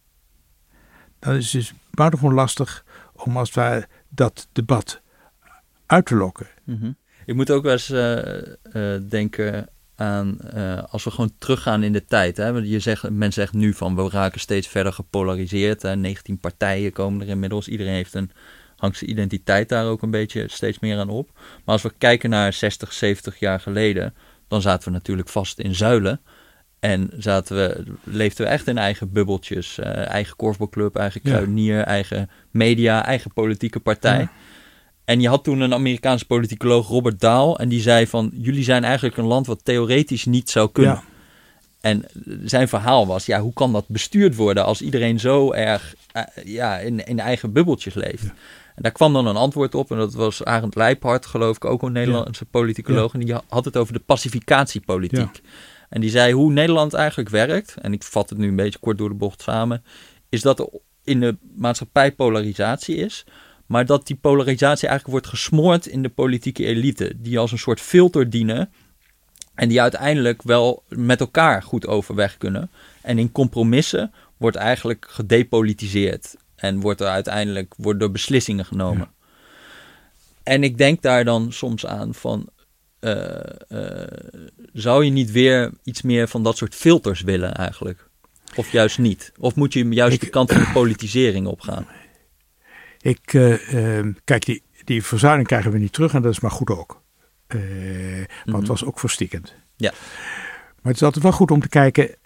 dan is het dus buitengewoon lastig om als het ware dat debat uit te lokken. Mm-hmm. Ik moet ook wel eens uh, uh, denken aan uh, als we gewoon teruggaan in de tijd. Hè? Je zegt, men zegt nu van we raken steeds verder gepolariseerd. Hè? negentien partijen komen er inmiddels. Iedereen heeft een, hangt zijn identiteit daar ook een beetje steeds meer aan op. Maar als we kijken naar zestig, zeventig jaar geleden, dan zaten we natuurlijk vast in zuilen. En zaten we, leefden we echt in eigen bubbeltjes. Uh, eigen korfbalclub, eigen kruidenier, ja. eigen media, eigen politieke partij. Ja. En je had toen een Amerikaanse politicoloog, Robert Dahl, en die zei van, jullie zijn eigenlijk een land wat theoretisch niet zou kunnen. Ja. En zijn verhaal was, ja, hoe kan dat bestuurd worden als iedereen zo erg uh, ja, in, in eigen bubbeltjes leeft? Ja. En daar kwam dan een antwoord op, en dat was Arend Leijphart, geloof ik, ook een Nederlandse ja. politicoloog, ja. en die had het over de pacificatiepolitiek. Ja. En die zei hoe Nederland eigenlijk werkt, en ik vat het nu een beetje kort door de bocht samen, is dat er in de maatschappij polarisatie is, maar dat die polarisatie eigenlijk wordt gesmoord in de politieke elite, die als een soort filter dienen en die uiteindelijk wel met elkaar goed overweg kunnen. En in compromissen wordt eigenlijk gedepolitiseerd en wordt er uiteindelijk worden er beslissingen genomen. Ja. En ik denk daar dan soms aan van, uh, uh, zou je niet weer iets meer van dat soort filters willen eigenlijk? Of juist niet? Of moet je juist ik, de kant van de politisering opgaan? Ik, uh, uh, kijk, die, die verzuiling krijgen we niet terug en dat is maar goed ook. Uh, mm-hmm. Want het was ook verstikkend. Ja. Maar het is altijd wel goed om te kijken,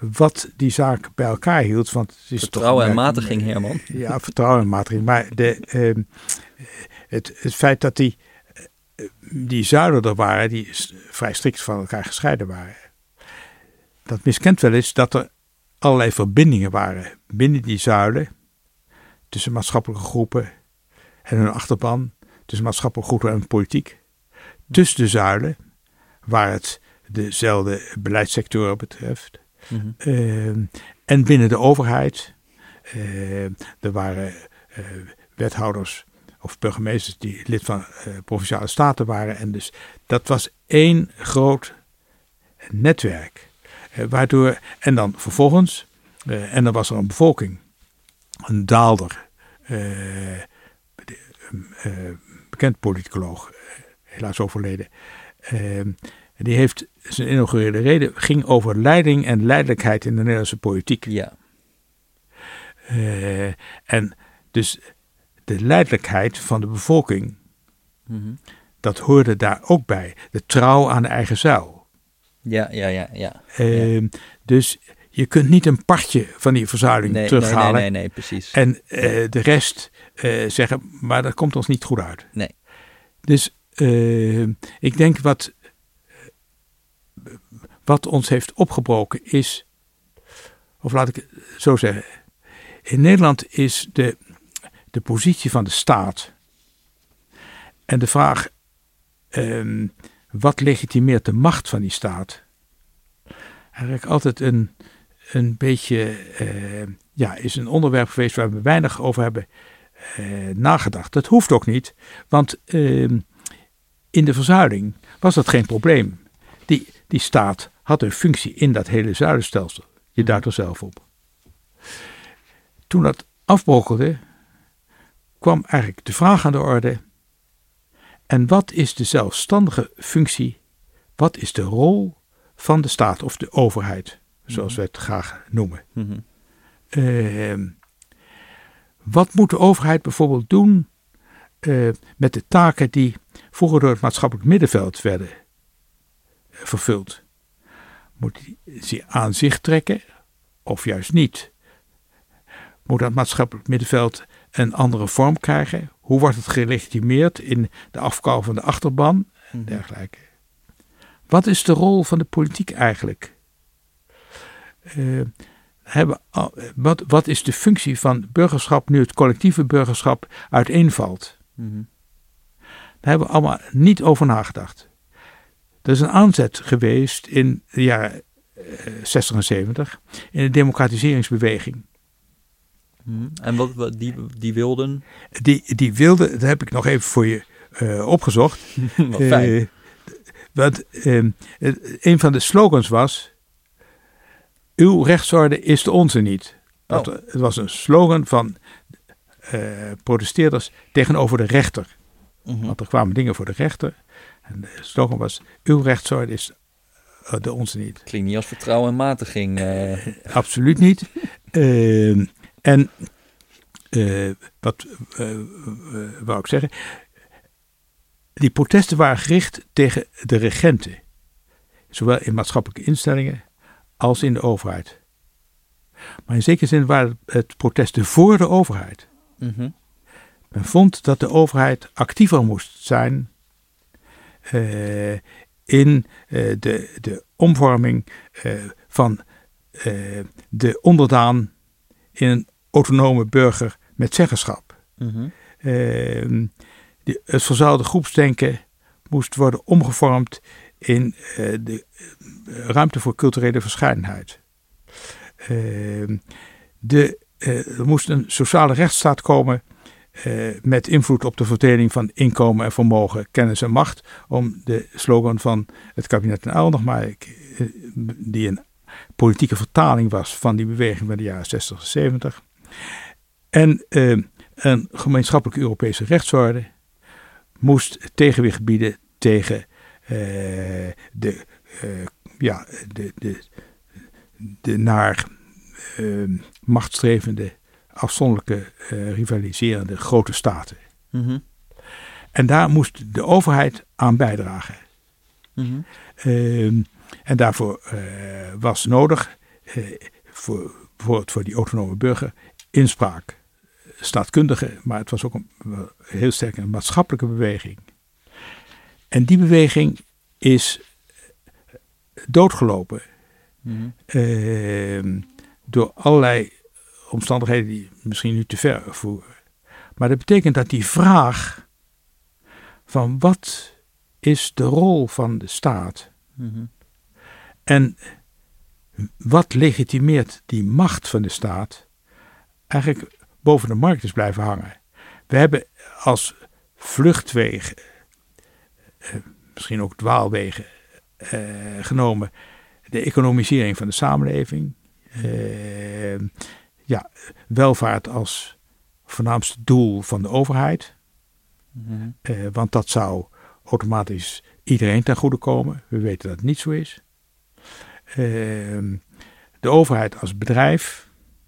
wat die zaak bij elkaar hield. Want het is vertrouwen toch, en matiging, Herman. Ja, vertrouwen en matiging. Maar de, uh, het, het feit dat die, uh, die zuilen er waren, die vrij strikt van elkaar gescheiden waren. Dat miskent wel eens dat er allerlei verbindingen waren binnen die zuilen. Tussen maatschappelijke groepen en hun achterban. Tussen maatschappelijke groepen en politiek. Tussen de zuilen, waar het dezelfde beleidssectoren betreft. Mm-hmm. Uh, en binnen de overheid. Uh, er waren uh, wethouders of burgemeesters die lid van uh, provinciale staten waren. En dus dat was één groot netwerk. Uh, waardoor, en dan vervolgens, uh, en dan was er een bevolking. Een daalder. Uh, de, uh, bekend politicoloog, uh, helaas overleden. Uh, die heeft zijn inaugurele reden ging over leiding en leidelijkheid in de Nederlandse politiek. Ja. Uh, en dus de leidelijkheid van de bevolking, mm-hmm. dat hoorde daar ook bij. De trouw aan de eigen zuil. Ja, ja, ja. ja. Uh, ja. Dus je kunt niet een partje van die verzuiling nee, terughalen. Nee, nee, nee, nee, precies. En uh, de rest uh, zeggen, maar dat komt ons niet goed uit. Nee. Dus uh, ik denk wat... Wat ons heeft opgebroken is, of laat ik het zo zeggen. In Nederland is de, de positie van de staat en de vraag um, wat legitimeert de macht van die staat. Eigenlijk altijd een, een beetje, uh, ja, is een onderwerp geweest waar we weinig over hebben uh, nagedacht. Dat hoeft ook niet, want uh, in de verzuiling was dat geen probleem. Die, die staat had een functie in dat hele zuilenstelsel. Je duidt er zelf op. Toen dat afbrokkelde, kwam eigenlijk de vraag aan de orde. En wat is de zelfstandige functie? Wat is de rol van de staat of de overheid? Zoals wij het graag noemen. Mm-hmm. Uh, wat moet de overheid bijvoorbeeld doen uh, met de taken die vroeger door het maatschappelijk middenveld werden vervuld? Moet hij ze aan zich trekken of juist niet? Moet dat maatschappelijk middenveld een andere vorm krijgen? Hoe wordt het gelegitimeerd in de afkouw van de achterban en dergelijke? Wat is de rol van de politiek eigenlijk? Uh, hebben, wat, wat is de functie van burgerschap nu het collectieve burgerschap uiteenvalt? Mm-hmm. Daar hebben we allemaal niet over nagedacht. Er is een aanzet geweest in de jaren uh, zestig en zeventig in de democratiseringsbeweging. Hmm. En wat, wat die, die wilden? Die, die wilden, dat heb ik nog even voor je uh, opgezocht. Wat fijn. Uh, want uh, een van de slogans was, uw rechtsorde is de onze niet. Dat, oh. Het was een slogan van uh, protesteerders tegenover de rechter. Mm-hmm. Want er kwamen dingen voor de rechter. En de slogan was, uw rechtsorde is de onze niet. Klinkt niet als vertrouwen en matiging. Uh. Uh, absoluut niet. uh, en uh, wat uh, uh, wou ik zeggen? Die protesten waren gericht tegen de regenten. Zowel in maatschappelijke instellingen als in de overheid. Maar in zekere zin waren het protesten voor de overheid. Mm-hmm. Men vond dat de overheid actiever moest zijn Uh, in uh, de, de omvorming uh, van uh, de onderdaan in een autonome burger met zeggenschap. Mm-hmm. Uh, die, het verzuilde groepsdenken moest worden omgevormd in uh, de uh, ruimte voor culturele verscheidenheid. Uh, de, uh, er moest een sociale rechtsstaat komen Uh, met invloed op de verdeling van inkomen en vermogen, kennis en macht, om de slogan van het kabinet Den Uyl nog maar, uh, die een politieke vertaling was van die beweging van de jaren zestig en zeventig. En uh, een gemeenschappelijke Europese rechtsorde moest tegenwicht bieden tegen uh, de, uh, ja, de, de, de naar uh, machtstrevende afzonderlijke, uh, rivaliserende grote staten. Mm-hmm. En daar moest de overheid aan bijdragen. Mm-hmm. Uh, en daarvoor uh, was nodig uh, voor, bijvoorbeeld voor die autonome burger inspraak. Staatkundige, maar het was ook een, heel sterk een maatschappelijke beweging. En die beweging is doodgelopen. Mm-hmm. Uh, door allerlei omstandigheden die misschien nu te ver voeren. Maar dat betekent dat die vraag van wat is de rol van de staat? Mm-hmm. En wat legitimeert die macht van de staat eigenlijk boven de markt is blijven hangen. We hebben als vluchtwegen, eh, misschien ook dwaalwegen, eh, genomen de economisering van de samenleving. Eh, ja, welvaart als voornaamste doel van de overheid. Mm-hmm. Eh, want dat zou automatisch iedereen ten goede komen. We weten dat het niet zo is. Uh, de overheid als bedrijf,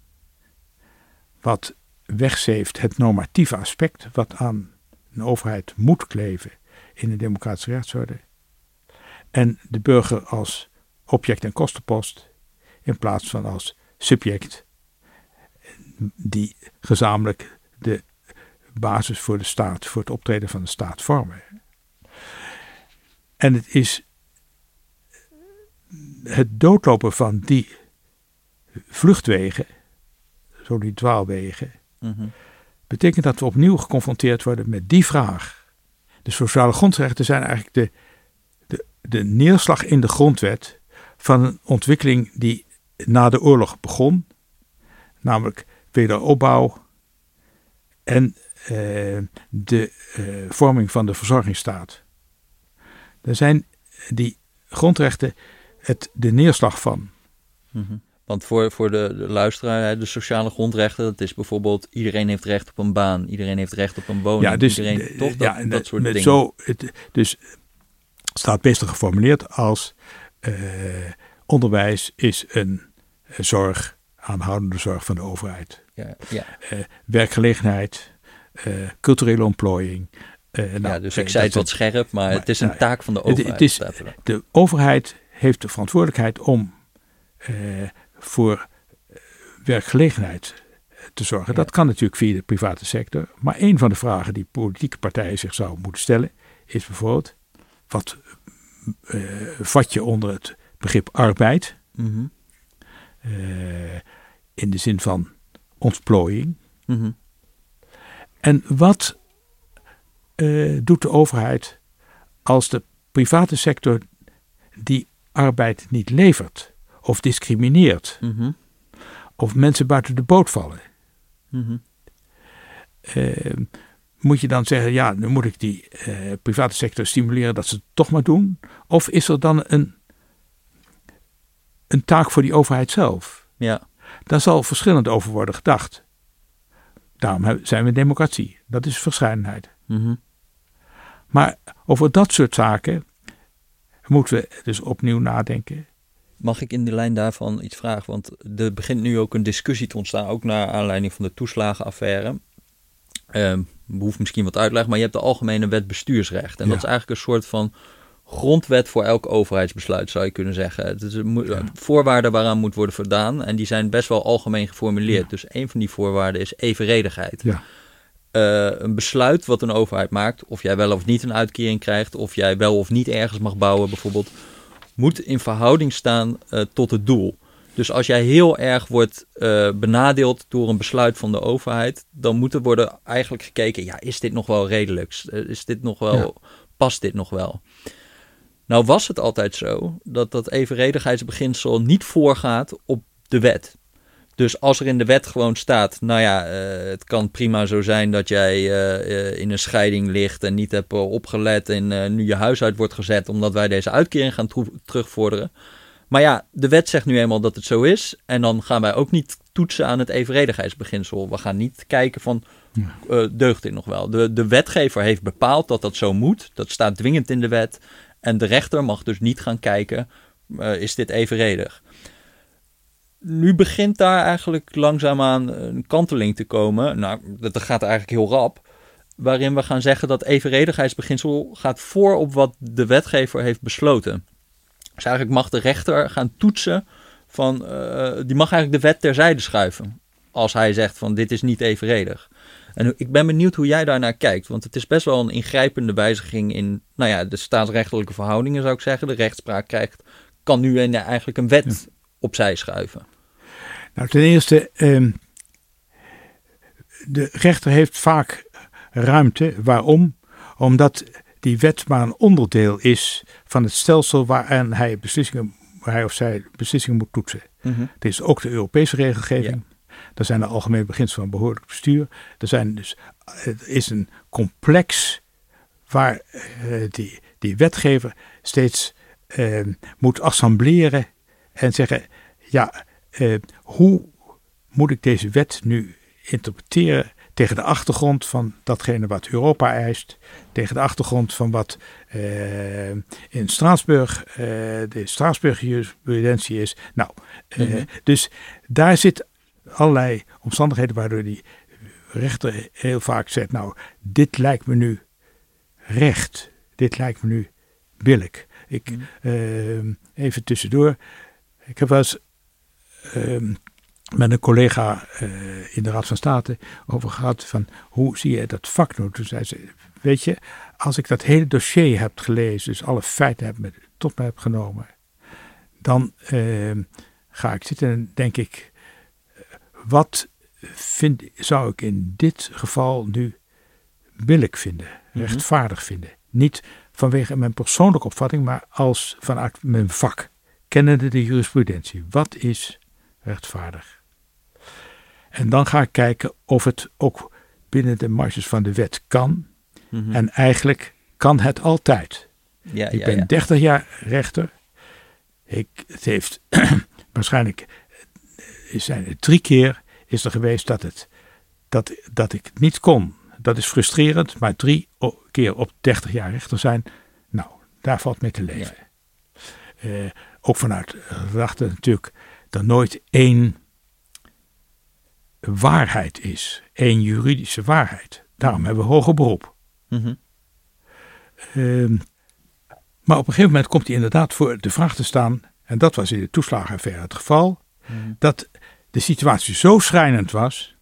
wat wegzeeft het normatieve aspect, wat aan een overheid moet kleven in de democratische rechtsorde. En de burger als object en kostenpost, in plaats van als subject, die gezamenlijk de basis voor de staat, voor het optreden van de staat vormen. En het is het doodlopen van die vluchtwegen, zo die dwaalwegen, mm-hmm. betekent dat we opnieuw geconfronteerd worden met die vraag. De sociale grondrechten zijn eigenlijk de, de, de neerslag in de grondwet van een ontwikkeling die na de oorlog begon, namelijk wederopbouw en uh, de uh, vorming van de verzorgingsstaat. Er zijn die grondrechten het, de neerslag van. Mm-hmm. Want voor, voor de, de luisteraar, de sociale grondrechten, dat is bijvoorbeeld iedereen heeft recht op een baan, iedereen heeft recht op een woning, ja, dus, iedereen, de, toch dat, ja, dat soort met dingen. Zo, het, dus staat beter geformuleerd als uh, onderwijs is een uh, zorg, aanhoudende zorg van de overheid. Ja, ja. Uh, werkgelegenheid, uh, culturele ontplooiing. Uh, nou, ja, dus ik zei het wat scherp, maar, maar het is een nou, taak van de overheid. Het, het is, de overheid heeft de verantwoordelijkheid om uh, voor uh, werkgelegenheid te zorgen. Ja. Dat kan natuurlijk via de private sector. Maar een van de vragen die politieke partijen zich zouden moeten stellen is bijvoorbeeld, wat uh, vat je onder het begrip arbeid? Mm-hmm. Uh, in de zin van ontplooiing. Mm-hmm. En wat uh, doet de overheid als de private sector die arbeid niet levert of discrimineert, mm-hmm. of mensen buiten de boot vallen? Mm-hmm. Uh, moet je dan zeggen, ja, nu moet ik die uh, private sector stimuleren dat ze het toch maar doen? Of is er dan een, een taak voor die overheid zelf? Ja. Daar zal verschillend over worden gedacht. Daarom zijn we een democratie. Dat is verscheidenheid. Mm-hmm. Maar over dat soort zaken moeten we dus opnieuw nadenken. Mag ik in de lijn daarvan iets vragen? Want er begint nu ook een discussie te ontstaan, ook naar aanleiding van de toeslagenaffaire. Uh, behoeft misschien wat uitleg, maar je hebt de Algemene Wet Bestuursrecht. En ja. dat is eigenlijk een soort van grondwet voor elk overheidsbesluit, zou je kunnen zeggen. Het is een ja. voorwaarden waaraan moet worden voldaan. En die zijn best wel algemeen geformuleerd. Ja. Dus een van die voorwaarden is evenredigheid. Ja. Uh, een besluit wat een overheid maakt, of jij wel of niet een uitkering krijgt, of jij wel of niet ergens mag bouwen bijvoorbeeld, moet in verhouding staan uh, tot het doel. Dus als jij heel erg wordt uh, benadeeld door een besluit van de overheid, dan moet er worden eigenlijk gekeken, ja, is dit nog wel redelijk? Is dit nog wel, ja. past dit nog wel? Nou was het altijd zo dat dat evenredigheidsbeginsel niet voorgaat op de wet. Dus als er in de wet gewoon staat, nou ja, uh, het kan prima zo zijn dat jij uh, uh, in een scheiding ligt en niet hebt uh, opgelet en uh, nu je huis uit wordt gezet omdat wij deze uitkering gaan tro- terugvorderen. Maar ja, de wet zegt nu eenmaal dat het zo is en dan gaan wij ook niet toetsen aan het evenredigheidsbeginsel. We gaan niet kijken van, uh, deugt dit nog wel? De, de wetgever heeft bepaald dat dat zo moet. Dat staat dwingend in de wet. En de rechter mag dus niet gaan kijken, uh, is dit evenredig? Nu begint daar eigenlijk langzaamaan een kanteling te komen. Nou, dat gaat eigenlijk heel rap. Waarin we gaan zeggen dat evenredigheidsbeginsel gaat voor op wat de wetgever heeft besloten. Dus eigenlijk mag de rechter gaan toetsen van, uh, die mag eigenlijk de wet terzijde schuiven. Als hij zegt van dit is niet evenredig. En ik ben benieuwd hoe jij daarnaar kijkt. Want het is best wel een ingrijpende wijziging in nou ja, de staatsrechtelijke verhoudingen, zou ik zeggen. De rechtspraak krijgt, kan nu een, eigenlijk een wet ja. opzij schuiven. Nou, ten eerste, um, de rechter heeft vaak ruimte. Waarom? Omdat die wet maar een onderdeel is van het stelsel waaraan hij, beslissingen, waar hij of zij beslissingen moet toetsen. Mm-hmm. Er is ook de Europese regelgeving. Ja. Er zijn de algemene beginselen van behoorlijk bestuur. Er zijn dus, het is een complex waar uh, die, die wetgever steeds uh, moet assembleren en zeggen, ja, uh, hoe moet ik deze wet nu interpreteren tegen de achtergrond van datgene wat Europa eist, tegen de achtergrond van wat uh, in Straatsburg uh, de Straatsburger jurisprudentie is. Nou, uh, mm-hmm. dus daar zit allerlei omstandigheden waardoor die rechter heel vaak zegt, nou, dit lijkt me nu recht, dit lijkt me nu billijk. Ik, mm. uh, even tussendoor, ik heb wel eens uh, met een collega uh, in de Raad van State over gehad van hoe zie je dat vak nou? Toen zei ze, weet je, als ik dat hele dossier heb gelezen, dus alle feiten heb met, tot me heb genomen, dan uh, ga ik zitten en denk ik, wat vind, zou ik in dit geval nu billijk vinden, mm-hmm. rechtvaardig vinden? Niet vanwege mijn persoonlijke opvatting, maar als vanuit mijn vak, kennende de jurisprudentie. Wat is rechtvaardig? En dan ga ik kijken of het ook binnen de marges van de wet kan. Mm-hmm. En eigenlijk kan het altijd. Ja, ik ja, ben ja. dertig jaar rechter. Ik, het heeft waarschijnlijk zijn het drie keer is er geweest dat, het, dat, dat ik het niet kon. Dat is frustrerend, maar drie keer op dertig jaar rechter zijn, nou, daar valt mee te leven. Ja. Uh, ook vanuit rechten natuurlijk er nooit één waarheid is. Één juridische waarheid. Daarom mm-hmm. hebben we hoger beroep. Mm-hmm. Uh, maar op een gegeven moment komt hij inderdaad voor de vraag te staan, en dat was in de toeslagenaffaire het geval, mm-hmm. dat de situatie zo schrijnend was,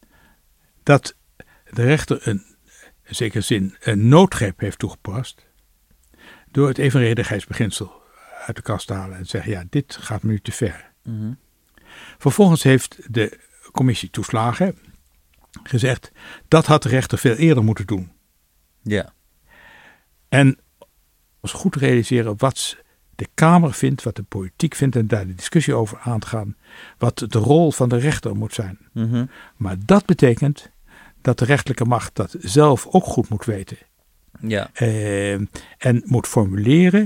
dat de rechter een, in zekere zin een noodgreep heeft toegepast, door het evenredigheidsbeginsel uit de kast te halen en te zeggen, ja, dit gaat me nu te ver. Mm-hmm. Vervolgens heeft de commissie toeslagen gezegd, dat had de rechter veel eerder moeten doen. Ja. En ons goed realiseren wat de Kamer vindt, wat de politiek vindt en daar de discussie over aan te gaan, wat de rol van de rechter moet zijn. Mm-hmm. Maar dat betekent dat de rechterlijke macht dat zelf ook goed moet weten. Ja. Uh, en moet formuleren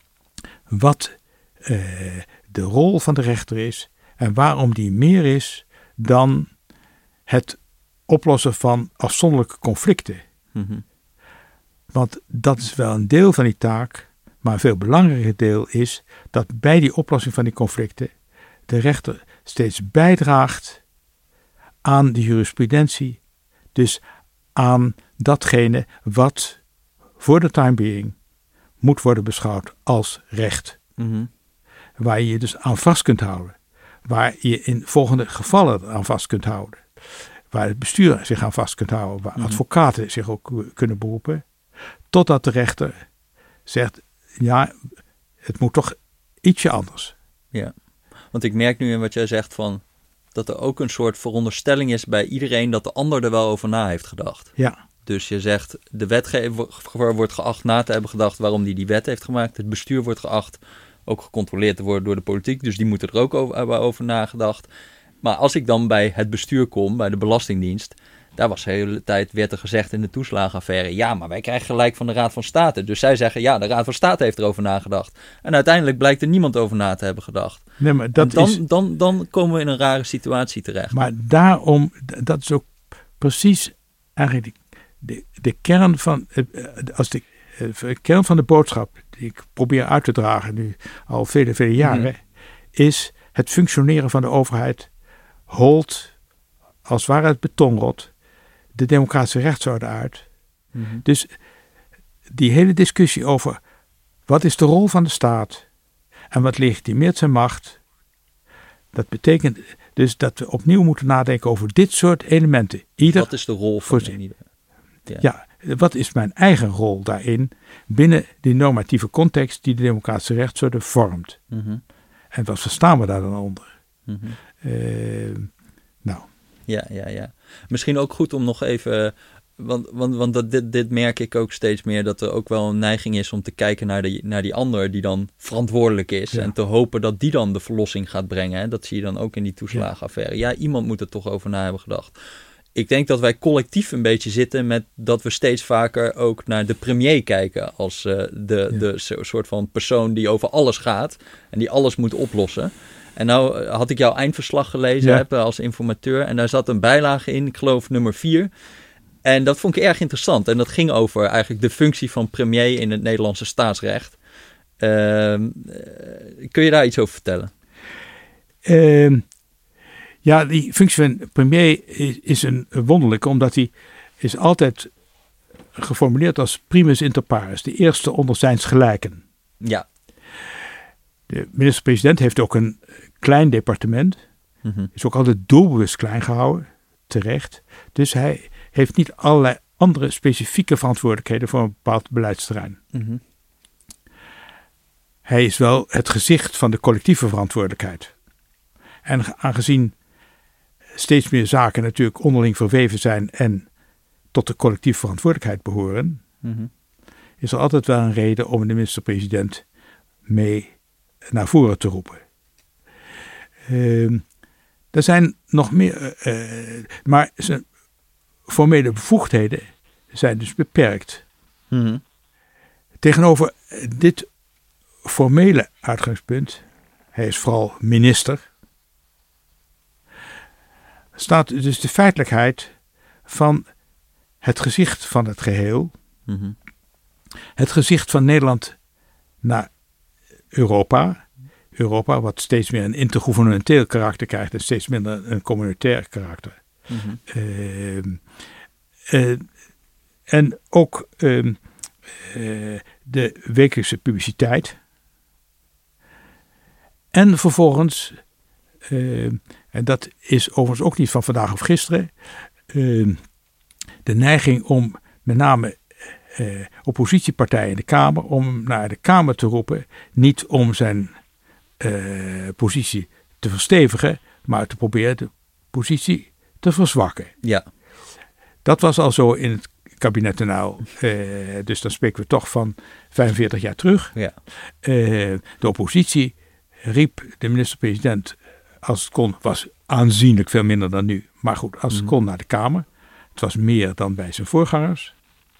wat uh, de rol van de rechter is en waarom die meer is dan het oplossen van afzonderlijke conflicten. Mm-hmm. Want dat is wel een deel van die taak. Maar een veel belangrijker deel is dat bij die oplossing van die conflicten de rechter steeds bijdraagt aan de jurisprudentie. Dus aan datgene wat voor de time being moet worden beschouwd als recht. Mm-hmm. Waar je je dus aan vast kunt houden. Waar je in volgende gevallen aan vast kunt houden. Waar het bestuur zich aan vast kunt houden. Waar mm-hmm. advocaten zich ook kunnen beroepen. Totdat de rechter zegt, ja, het moet toch ietsje anders. Ja, want ik merk nu in wat jij zegt van dat er ook een soort veronderstelling is bij iedereen dat de ander er wel over na heeft gedacht. Ja. Dus je zegt, de wetgever wordt geacht na te hebben gedacht waarom die die wet heeft gemaakt. Het bestuur wordt geacht ook gecontroleerd te worden door de politiek. Dus die moeten er ook over, hebben over nagedacht. Maar als ik dan bij het bestuur kom, bij de Belastingdienst, daar was de hele tijd, werd er gezegd in de toeslagenaffaire, ja, maar wij krijgen gelijk van de Raad van State. Dus zij zeggen, ja, de Raad van State heeft erover nagedacht. En uiteindelijk blijkt er niemand over na te hebben gedacht. Nee, maar dat dan, is, dan, dan komen we in een rare situatie terecht. Maar daarom, dat is ook precies eigenlijk de, de, de kern van, als de, de kern van de boodschap die ik probeer uit te dragen nu al vele, vele jaren, mm-hmm. is het functioneren van de overheid holt als het ware het betonrot de democratische rechtsorde uit. Mm-hmm. Dus die hele discussie over wat is de rol van de staat en wat legitimeert zijn macht, Dat betekent dus dat we opnieuw moeten nadenken over dit soort elementen. Ieder wat is de rol van ieder? Ja. ja, wat is mijn eigen rol daarin binnen die normatieve context die de democratische rechtsorde vormt? Mm-hmm. En wat verstaan we daar dan onder? Mm-hmm. Uh, nou. Ja, ja, ja. Misschien ook goed om nog even... Want, want, want dat, dit, dit merk ik ook steeds meer, dat er ook wel een neiging is om te kijken naar, de, naar die ander die dan verantwoordelijk is. Ja. En te hopen dat die dan de verlossing gaat brengen. Hè? Dat zie je dan ook in die toeslagenaffaire. Ja, iemand moet er toch over na hebben gedacht. Ik denk dat wij collectief een beetje zitten met dat we steeds vaker ook naar de premier kijken als uh, de, ja. de soort van persoon die over alles gaat en die alles moet oplossen. En nou had ik jouw eindverslag gelezen ja. heb, als informateur en daar zat een bijlage in, ik geloof nummer vier. En dat vond ik erg interessant. En dat ging over eigenlijk de functie van premier in het Nederlandse staatsrecht. Uh, kun je daar iets over vertellen? Uh, ja, die functie van premier is, is een wonderlijke, omdat hij is altijd geformuleerd als primus inter pares, de eerste onder zijns gelijken. Ja. De minister-president heeft ook een klein departement. Mm-hmm. Is ook altijd doelbewust klein gehouden, terecht. Dus hij heeft niet allerlei andere specifieke verantwoordelijkheden voor een bepaald beleidsterrein. Mm-hmm. Hij is wel het gezicht van de collectieve verantwoordelijkheid. En aangezien steeds meer zaken natuurlijk onderling verweven zijn en tot de collectieve verantwoordelijkheid behoren, mm-hmm. is er altijd wel een reden om de minister-president mee naar voren te roepen. Uh, er zijn nog meer, uh, maar zijn formele bevoegdheden zijn dus beperkt. Mm-hmm. Tegenover dit formele uitgangspunt, hij is vooral minister, staat dus de feitelijkheid van het gezicht van het geheel, mm-hmm. het gezicht van Nederland naar Europa, Europa wat steeds meer een intergouvernementeel karakter krijgt en steeds minder een communautair karakter. Mm-hmm. Uh, uh, en ook uh, uh, de wekelijkse publiciteit. En vervolgens, uh, en dat is overigens ook niet van vandaag of gisteren, uh, de neiging om met name uh, oppositiepartijen in de Kamer, om naar de Kamer te roepen, niet om zijn uh, positie te verstevigen, maar te proberen de positie te verzwakken. Ja. Dat was al zo in het kabinet Ten Uyl. Uh, dus dan spreken we toch van vijfenveertig jaar terug. Ja. Uh, de oppositie riep de minister-president, als het kon, was aanzienlijk veel minder dan nu. Maar goed, als het kon naar de Kamer. Het was meer dan bij zijn voorgangers.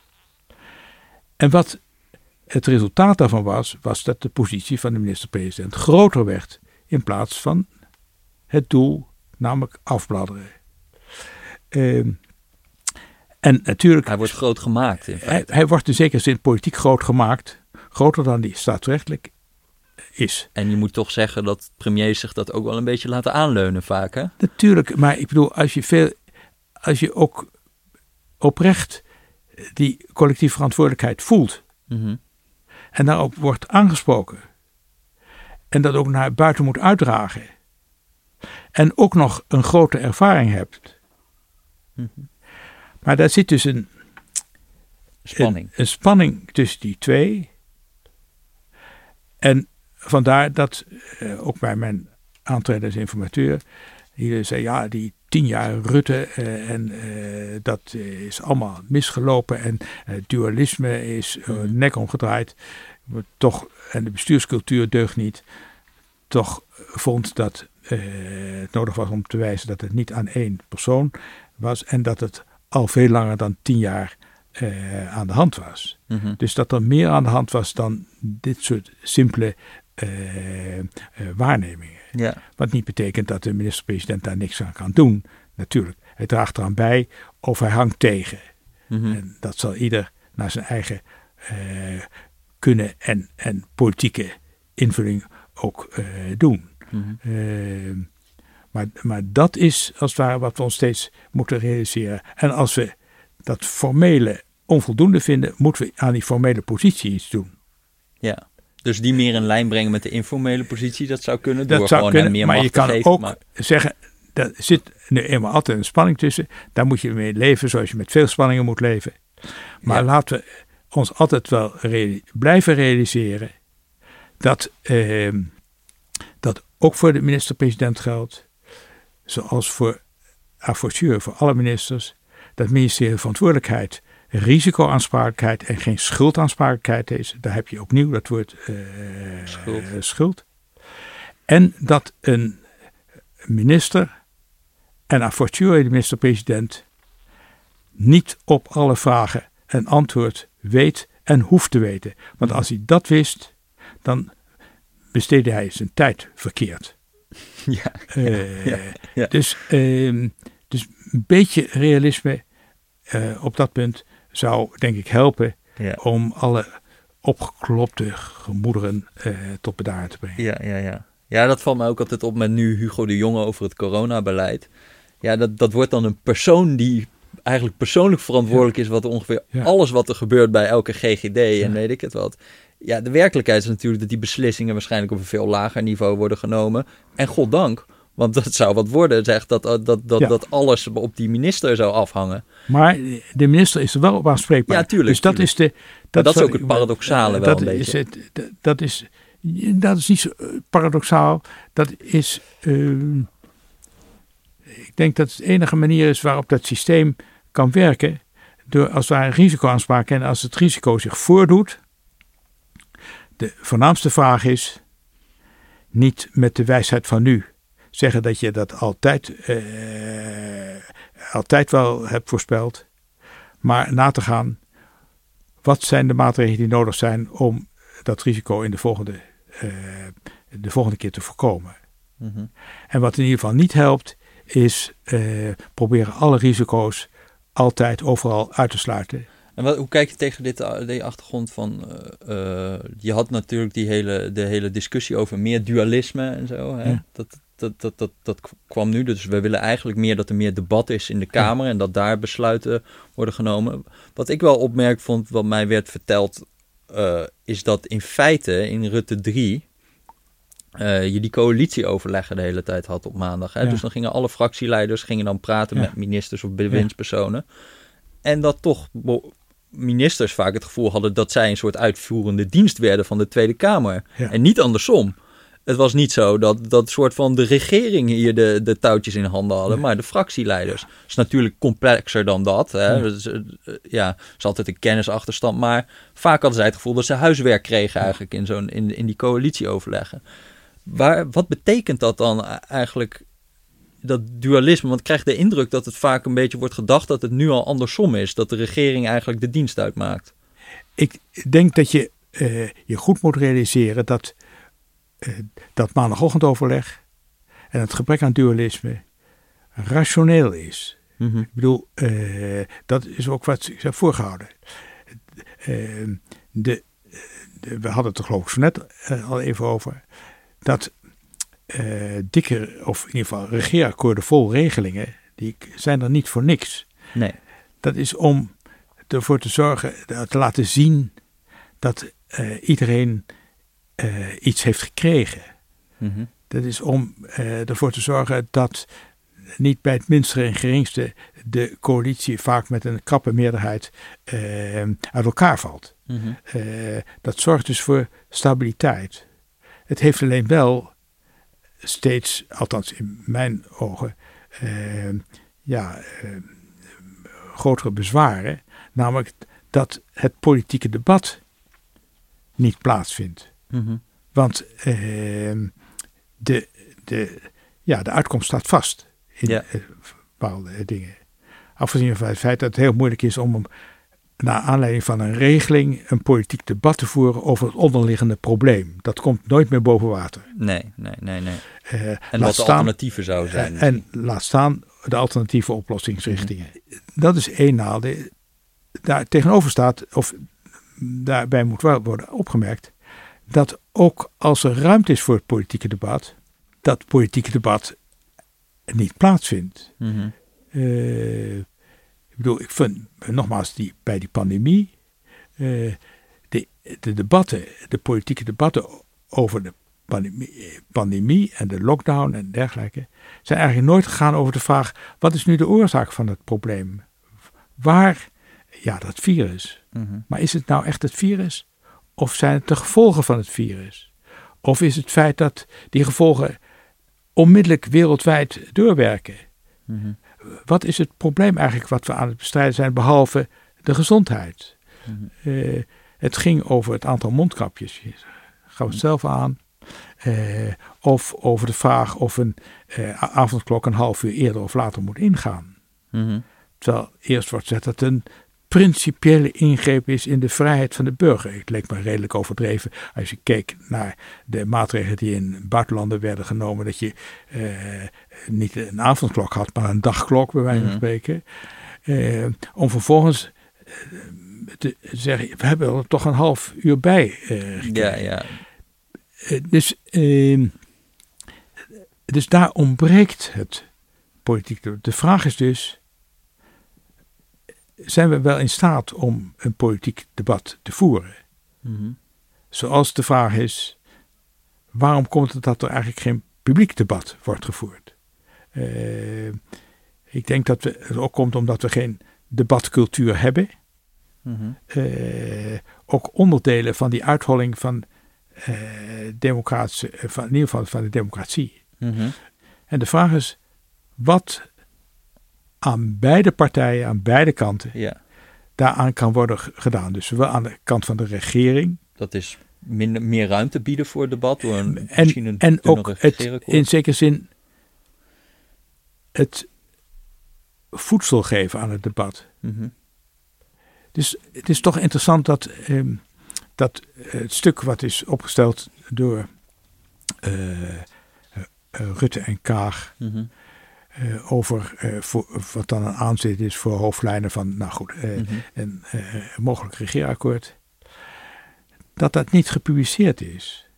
En wat het resultaat daarvan was, was dat de positie van de minister-president groter werd in plaats van het doel, namelijk afbladderen. Uh, en natuurlijk... Hij wordt groot gemaakt in feite. Hij, hij wordt in zekere zin politiek groot gemaakt. Groter dan die staatsrechtelijk is. En je moet toch zeggen dat premiers zich dat ook wel een beetje laten aanleunen vaak, hè? Natuurlijk, maar ik bedoel, als je, veel, als je ook oprecht die collectieve verantwoordelijkheid voelt. Mm-hmm. En daarop wordt aangesproken. En dat ook naar buiten moet uitdragen. En ook nog een grote ervaring hebt. Mm-hmm. Maar daar zit dus een spanning. Een, een spanning tussen die twee. En vandaar dat uh, ook bij mijn aantreden als informateur, die zei ja, die tien jaar Rutte uh, en uh, dat is allemaal misgelopen en uh, dualisme is uh, nek omgedraaid. Toch, en de bestuurscultuur deugt niet. Toch vond dat uh, het nodig was om te wijzen dat het niet aan één persoon was en dat het al veel langer dan tien jaar uh, aan de hand was. Mm-hmm. Dus dat er meer aan de hand was dan dit soort simpele uh, uh, waarnemingen. Ja. Wat niet betekent dat de minister-president daar niks aan kan doen. Natuurlijk, hij draagt eraan bij of hij hangt tegen. Mm-hmm. En dat zal ieder naar zijn eigen uh, kunnen en, en politieke invulling ook uh, doen. Mm-hmm. Uh, maar, maar dat is als het ware wat we ons steeds moeten realiseren. En als we dat formele onvoldoende vinden, moeten we aan die formele positie iets doen. Ja. Dus die meer in lijn brengen met de informele positie, dat zou kunnen. Dat door zou gewoon kunnen, meer maar macht je te kan geven, ook maar... zeggen, er zit nu eenmaal altijd een spanning tussen. Daar moet je mee leven zoals je met veel spanningen moet leven. Maar ja. laten we ons altijd wel reali- blijven realiseren dat eh, dat ook voor de minister-president geldt, zoals voor à fortiori voor alle ministers, dat ministerie verantwoordelijkheid, risicoaansprakelijkheid en geen schuldaansprakelijkheid is. Daar heb je opnieuw dat woord uh, schuld. Uh, schuld. En dat een minister en à fortiori de minister-president niet op alle vragen een antwoord weet en hoeft te weten. Want als hij dat wist, dan besteedde hij zijn tijd verkeerd. Ja, uh, ja, ja. Dus, uh, dus een beetje realisme uh, op dat punt zou denk ik helpen ja. om alle opgeklopte gemoederen uh, tot bedaren te brengen. Ja, ja, ja. ja, dat valt me ook altijd op met nu Hugo de Jonge over het coronabeleid. Ja, dat, dat wordt dan een persoon die eigenlijk persoonlijk verantwoordelijk ja. is wat ongeveer ja. alles wat er gebeurt bij elke G G D en ja. weet ik het wat. Ja, de werkelijkheid is natuurlijk dat die beslissingen waarschijnlijk op een veel lager niveau worden genomen. En goddank, want dat zou wat worden, zegt dat, dat, dat, ja. dat alles op die minister zou afhangen. Maar de minister is er wel op aanspreekbaar. Ja, tuurlijk. Dus dat tuurlijk. is de... Dat, dat is ook het paradoxale wel dat een is beetje. Het, dat, dat, is, dat is niet zo paradoxaal. Dat is... Uh, ik denk dat het de enige manier is waarop dat systeem kan werken. Door als daar een risicoaanspraak en als het risico zich voordoet. De voornaamste vraag is niet met de wijsheid van nu zeggen dat je dat altijd, uh, altijd wel hebt voorspeld. Maar na te gaan, wat zijn de maatregelen die nodig zijn om dat risico in de volgende, uh, de volgende keer te voorkomen. Mm-hmm. En wat in ieder geval niet helpt, is uh, proberen alle risico's altijd overal uit te sluiten. En wat, hoe kijk je tegen dit, die achtergrond van... Uh, uh, je had natuurlijk die hele, de hele discussie over meer dualisme en zo. Hè? Ja. Dat, dat, dat, dat, dat kwam nu. Dus we willen eigenlijk meer dat er meer debat is in de Kamer... Ja. en dat daar besluiten worden genomen. Wat ik wel opmerk vond, wat mij werd verteld... Uh, is dat in feite in Rutte drie... Uh, je die coalitieoverleggen de hele tijd had op maandag. Hè? Ja. Dus dan gingen alle fractieleiders gingen dan praten ja. met ministers of bewindspersonen. Ja. En dat toch ministers vaak het gevoel hadden dat zij een soort uitvoerende dienst werden van de Tweede Kamer. Ja. En niet andersom. Het was niet zo dat, dat soort van de regering hier de, de touwtjes in handen hadden, ja. maar de fractieleiders. Dat is natuurlijk complexer dan dat. Hè? Ja. Dus, uh, ja, er is altijd een kennisachterstand, maar vaak hadden zij het gevoel dat ze huiswerk kregen eigenlijk in, zo'n, in, in die coalitieoverleggen. Waar, wat betekent dat dan eigenlijk, dat dualisme? Want ik krijg de indruk dat het vaak een beetje wordt gedacht dat het nu al andersom is. Dat de regering eigenlijk de dienst uitmaakt. Ik denk dat je uh, je goed moet realiseren dat, uh, dat maandagochtendoverleg en het gebrek aan dualisme rationeel is. Mm-hmm. Ik bedoel, uh, dat is ook wat ik heb voorgehouden. Uh, de, de, we hadden het er geloof ik zo net uh, al even over. Dat uh, dikke, of in ieder geval regeerakkoorden vol regelingen, die zijn er niet voor niks. Nee. Dat is om ervoor te zorgen, te laten zien dat uh, iedereen uh, iets heeft gekregen. Mm-hmm. Dat is om uh, ervoor te zorgen dat niet bij het minste en geringste de coalitie vaak met een krappe meerderheid uh, uit elkaar valt. Mm-hmm. Uh, dat zorgt dus voor stabiliteit. Het heeft alleen wel steeds, althans in mijn ogen, uh, ja, uh, grotere bezwaren. Namelijk dat het politieke debat niet plaatsvindt. Mm-hmm. Want uh, de, de, ja, de uitkomst staat vast in ja. uh, bepaalde dingen. Afgezien van het feit dat het heel moeilijk is om naar aanleiding van een regeling een politiek debat te voeren over het onderliggende probleem. Dat komt nooit meer boven water. Nee, nee, nee. nee. Uh, en wat de staan, alternatieven zou zijn. Uh, en laat staan de alternatieve oplossingsrichtingen. Mm-hmm. Dat is één nadeel. Daar tegenover staat, of daarbij moet wel worden opgemerkt, dat ook als er ruimte is voor het politieke debat, dat politieke debat niet plaatsvindt. Mm-hmm. Uh, Ik bedoel, ik vind nogmaals die, bij die pandemie, uh, de, de debatten, de politieke debatten over de pandemie, pandemie en de lockdown en dergelijke, zijn eigenlijk nooit gegaan over de vraag, wat is nu de oorzaak van het probleem? Waar, ja, dat virus. Mm-hmm. Maar is het nou echt het virus? Of zijn het de gevolgen van het virus? Of is het feit dat die gevolgen onmiddellijk wereldwijd doorwerken? Mm-hmm. Wat is het probleem eigenlijk wat we aan het bestrijden zijn, behalve de gezondheid? Mm-hmm. Uh, het ging over het aantal mondkapjes. Gaan we het zelf aan. Uh, of over de vraag of een uh, avondklok een half uur eerder of later moet ingaan. Mm-hmm. Terwijl eerst wordt gezegd dat een principiële ingreep is in de vrijheid van de burger. Het leek me redelijk overdreven als je keek naar de maatregelen die in buitenlanden werden genomen, dat je uh, niet een avondklok had, maar een dagklok bij wijze van spreken. Uh, om vervolgens uh, te zeggen, we hebben er toch een half uur bij uh, gekregen. Ja, ja. Uh, dus, uh, dus daar ontbreekt het politiek. De vraag is dus, zijn we wel in staat om een politiek debat te voeren? Mm-hmm. Zoals de vraag is, waarom komt het dat er eigenlijk geen publiek debat wordt gevoerd? Uh, ik denk dat we, het ook komt omdat we geen debatcultuur hebben. Mm-hmm. Uh, ook onderdelen van die uitholling van, uh, democratische, van in ieder geval van de democratie. Mm-hmm. En de vraag is, wat aan beide partijen, aan beide kanten, ja. daaraan kan worden gedaan. Dus zowel aan de kant van de regering. Dat is minder, meer ruimte bieden voor het debat door een, en, misschien een en ook het, in zekere zin het voedsel geven aan het debat. Mm-hmm. Dus het is toch interessant dat, um, dat het stuk wat is opgesteld door uh, uh, Rutte en Kaag, mm-hmm. Uh, over uh, voor, wat dan een aanzet is voor hoofdlijnen van, nou goed, uh, mm-hmm. een uh, mogelijk regeerakkoord, dat dat niet gepubliceerd is.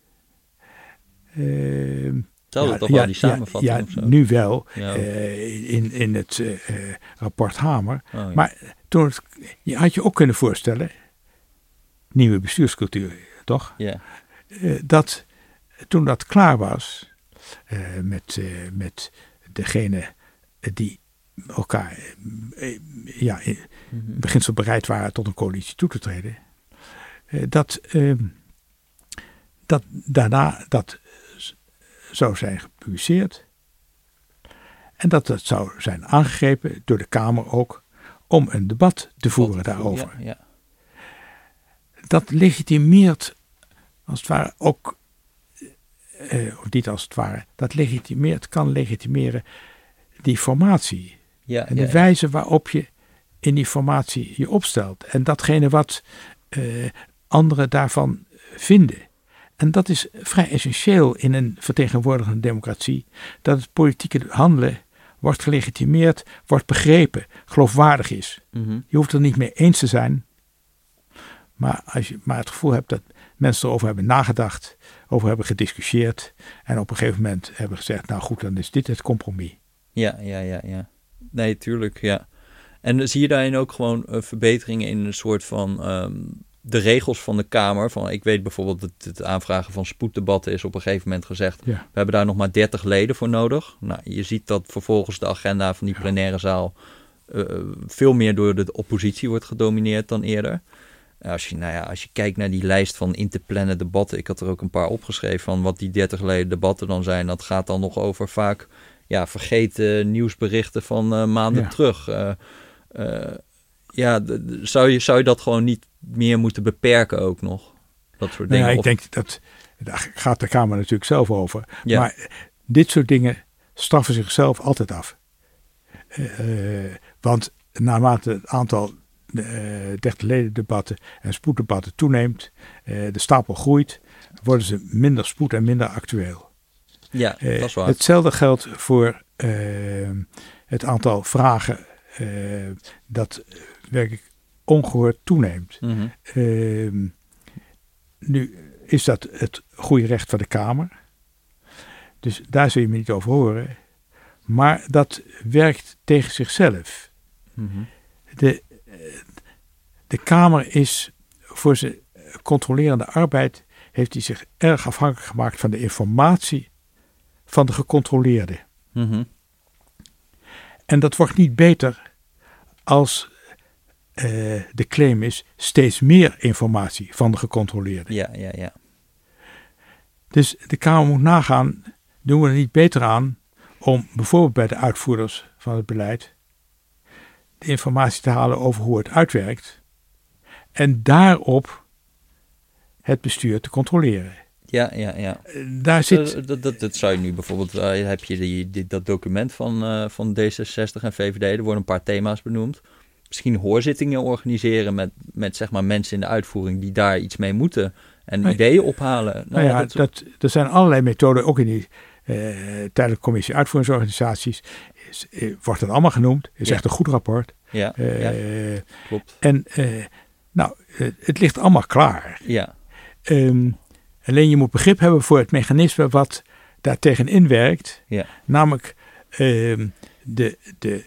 Uh, Zou dat ja, toch wel ja, die samenvatting ja, ja, of zo? Nu wel, ja. uh, in, in het uh, rapport Hamer. Oh, ja. Maar toen het, je had je ook kunnen voorstellen, nieuwe bestuurscultuur, toch? Ja. Uh, dat toen dat klaar was, uh, met, uh, met degene die elkaar ja, in mm-hmm. beginsel bereid waren tot een coalitie toe te treden, dat, uh, dat daarna dat zou zijn gepubliceerd en dat dat zou zijn aangegrepen door de Kamer ook om een debat te voeren daarover. Ja, ja. Dat legitimeert als het ware ook Uh, of niet als het ware, dat legitimeert, kan legitimeren die formatie. Ja, en de ja, ja. wijze waarop je in die formatie je opstelt. En datgene wat uh, anderen daarvan vinden. En dat is vrij essentieel in een vertegenwoordigende democratie. Dat het politieke handelen wordt gelegitimeerd, wordt begrepen, geloofwaardig is. Mm-hmm. Je hoeft er niet mee eens te zijn. Maar als je maar het gevoel hebt dat mensen erover hebben nagedacht, over hebben gediscussieerd en op een gegeven moment hebben gezegd, nou goed, dan is dit het compromis. Ja, ja, ja, ja. Nee, tuurlijk, ja. En zie je daarin ook gewoon uh, verbeteringen in een soort van um, de regels van de Kamer? Van, ik weet bijvoorbeeld dat het aanvragen van spoeddebatten is op een gegeven moment gezegd, ja. we hebben daar nog maar dertig leden voor nodig. Nou, je ziet dat vervolgens de agenda van die plenaire zaal uh, veel meer door de oppositie wordt gedomineerd dan eerder. Als je, nou ja, als je kijkt naar die lijst van in te plannen debatten, ik had er ook een paar opgeschreven van wat die dertig leden debatten dan zijn. Dat gaat dan nog over vaak ja, vergeten nieuwsberichten van uh, maanden ja. terug. Uh, uh, ja, d- d- zou, je, zou je dat gewoon niet meer moeten beperken ook nog? Dat soort dingen. Nou ja, ik of... denk dat, daar gaat de Kamer natuurlijk zelf over. Ja. Maar dit soort dingen straffen zichzelf altijd af. Uh, uh, want naarmate het aantal Uh, dertig leden debatten en spoeddebatten toeneemt, uh, de stapel groeit, worden ze minder spoed en minder actueel. Ja, uh, dat is waar. Hetzelfde geldt voor uh, het aantal vragen uh, dat werkelijk ongehoord toeneemt. Mm-hmm. Uh, nu is dat het goede recht van de Kamer. Dus daar zul je me niet over horen. Maar dat werkt tegen zichzelf. Mm-hmm. De De Kamer is voor zijn controlerende arbeid heeft hij zich erg afhankelijk gemaakt van de informatie van de gecontroleerde. Mm-hmm. En dat wordt niet beter als uh, de claim is steeds meer informatie van de gecontroleerde. Ja, ja, ja. Dus de Kamer moet nagaan, doen we er niet beter aan om bijvoorbeeld bij de uitvoerders van het beleid de informatie te halen over hoe het uitwerkt en daarop het bestuur te controleren. Ja, ja, ja. Daar zit... Uh, dat, dat, dat zou je nu bijvoorbeeld, uh, heb je die, die, dat document van, uh, van D zesenzestig en V V D, er worden een paar thema's benoemd. Misschien hoorzittingen organiseren met, met zeg maar mensen in de uitvoering die daar iets mee moeten en maar, ideeën ophalen. Nou, nou ja, dat, dat, er zijn allerlei methoden, ook in die uh, tijdelijke commissie uitvoeringsorganisaties, is, uh, wordt dat allemaal genoemd. Is ja. echt een goed rapport. Ja, uh, ja. Klopt. En uh, nou, uh, het ligt allemaal klaar. Ja. Um, alleen je moet begrip hebben voor het mechanisme wat daar tegenin werkt. Ja. Namelijk um, de, de,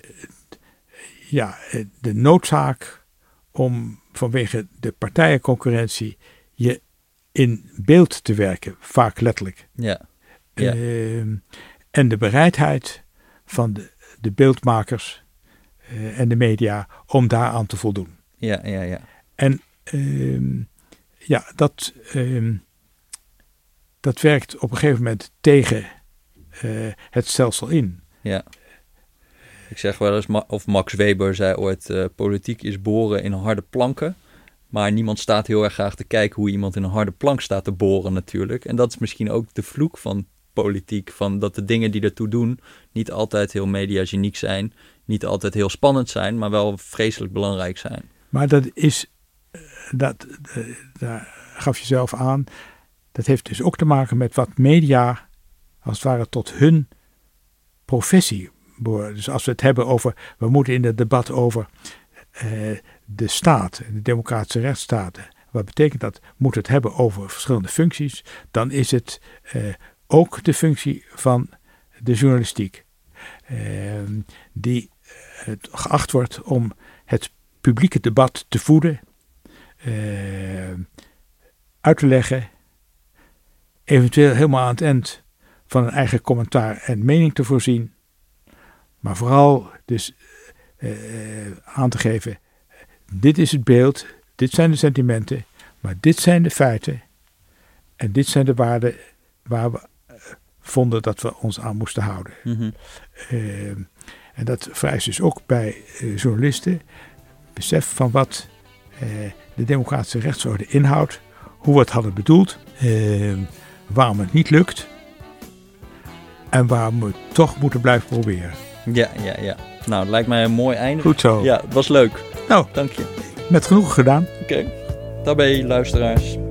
ja, de noodzaak om vanwege de partijenconcurrentie je in beeld te werken, vaak letterlijk. Ja. Ja. Um, en de bereidheid van de, de beeldmakers uh, en de media om daaraan te voldoen. Ja, ja, ja. En um, ja, dat, um, dat werkt op een gegeven moment tegen uh, het stelsel in. Ja. Ik zeg wel eens, of Max Weber zei ooit, uh, politiek is boren in harde planken. Maar niemand staat heel erg graag te kijken hoe iemand in een harde plank staat te boren natuurlijk. En dat is misschien ook de vloek van politiek. Van dat de dingen die ertoe doen niet altijd heel mediageniek zijn. Niet altijd heel spannend zijn, maar wel vreselijk belangrijk zijn. Maar dat is, dat, daar gaf je zelf aan, dat heeft dus ook te maken met wat media als het ware tot hun professie behoren. Dus als we het hebben over, we moeten in het debat over uh, de staat, de democratische rechtsstaten. Wat betekent dat? Moet het hebben over verschillende functies, dan is het uh, ook de functie van de journalistiek. Uh, die uh, geacht wordt om het publieke debat te voeden, uh, uit te leggen, eventueel helemaal aan het eind van een eigen commentaar en mening te voorzien, maar vooral dus uh, aan te geven, dit is het beeld, dit zijn de sentimenten, maar dit zijn de feiten en dit zijn de waarden waar we uh, vonden dat we ons aan moesten houden. Mm-hmm. Uh, en dat vereist dus ook bij uh, journalisten besef van wat uh, de democratische rechtsorde inhoudt, hoe we het hadden bedoeld, uh, waarom het niet lukt en waarom we het toch moeten blijven proberen. Ja, ja, ja. Nou, het lijkt mij een mooi einde. Goed zo. Ja, het was leuk. Nou, dank je. Met genoegen gedaan. Oké. Okay. Daarbij, luisteraars.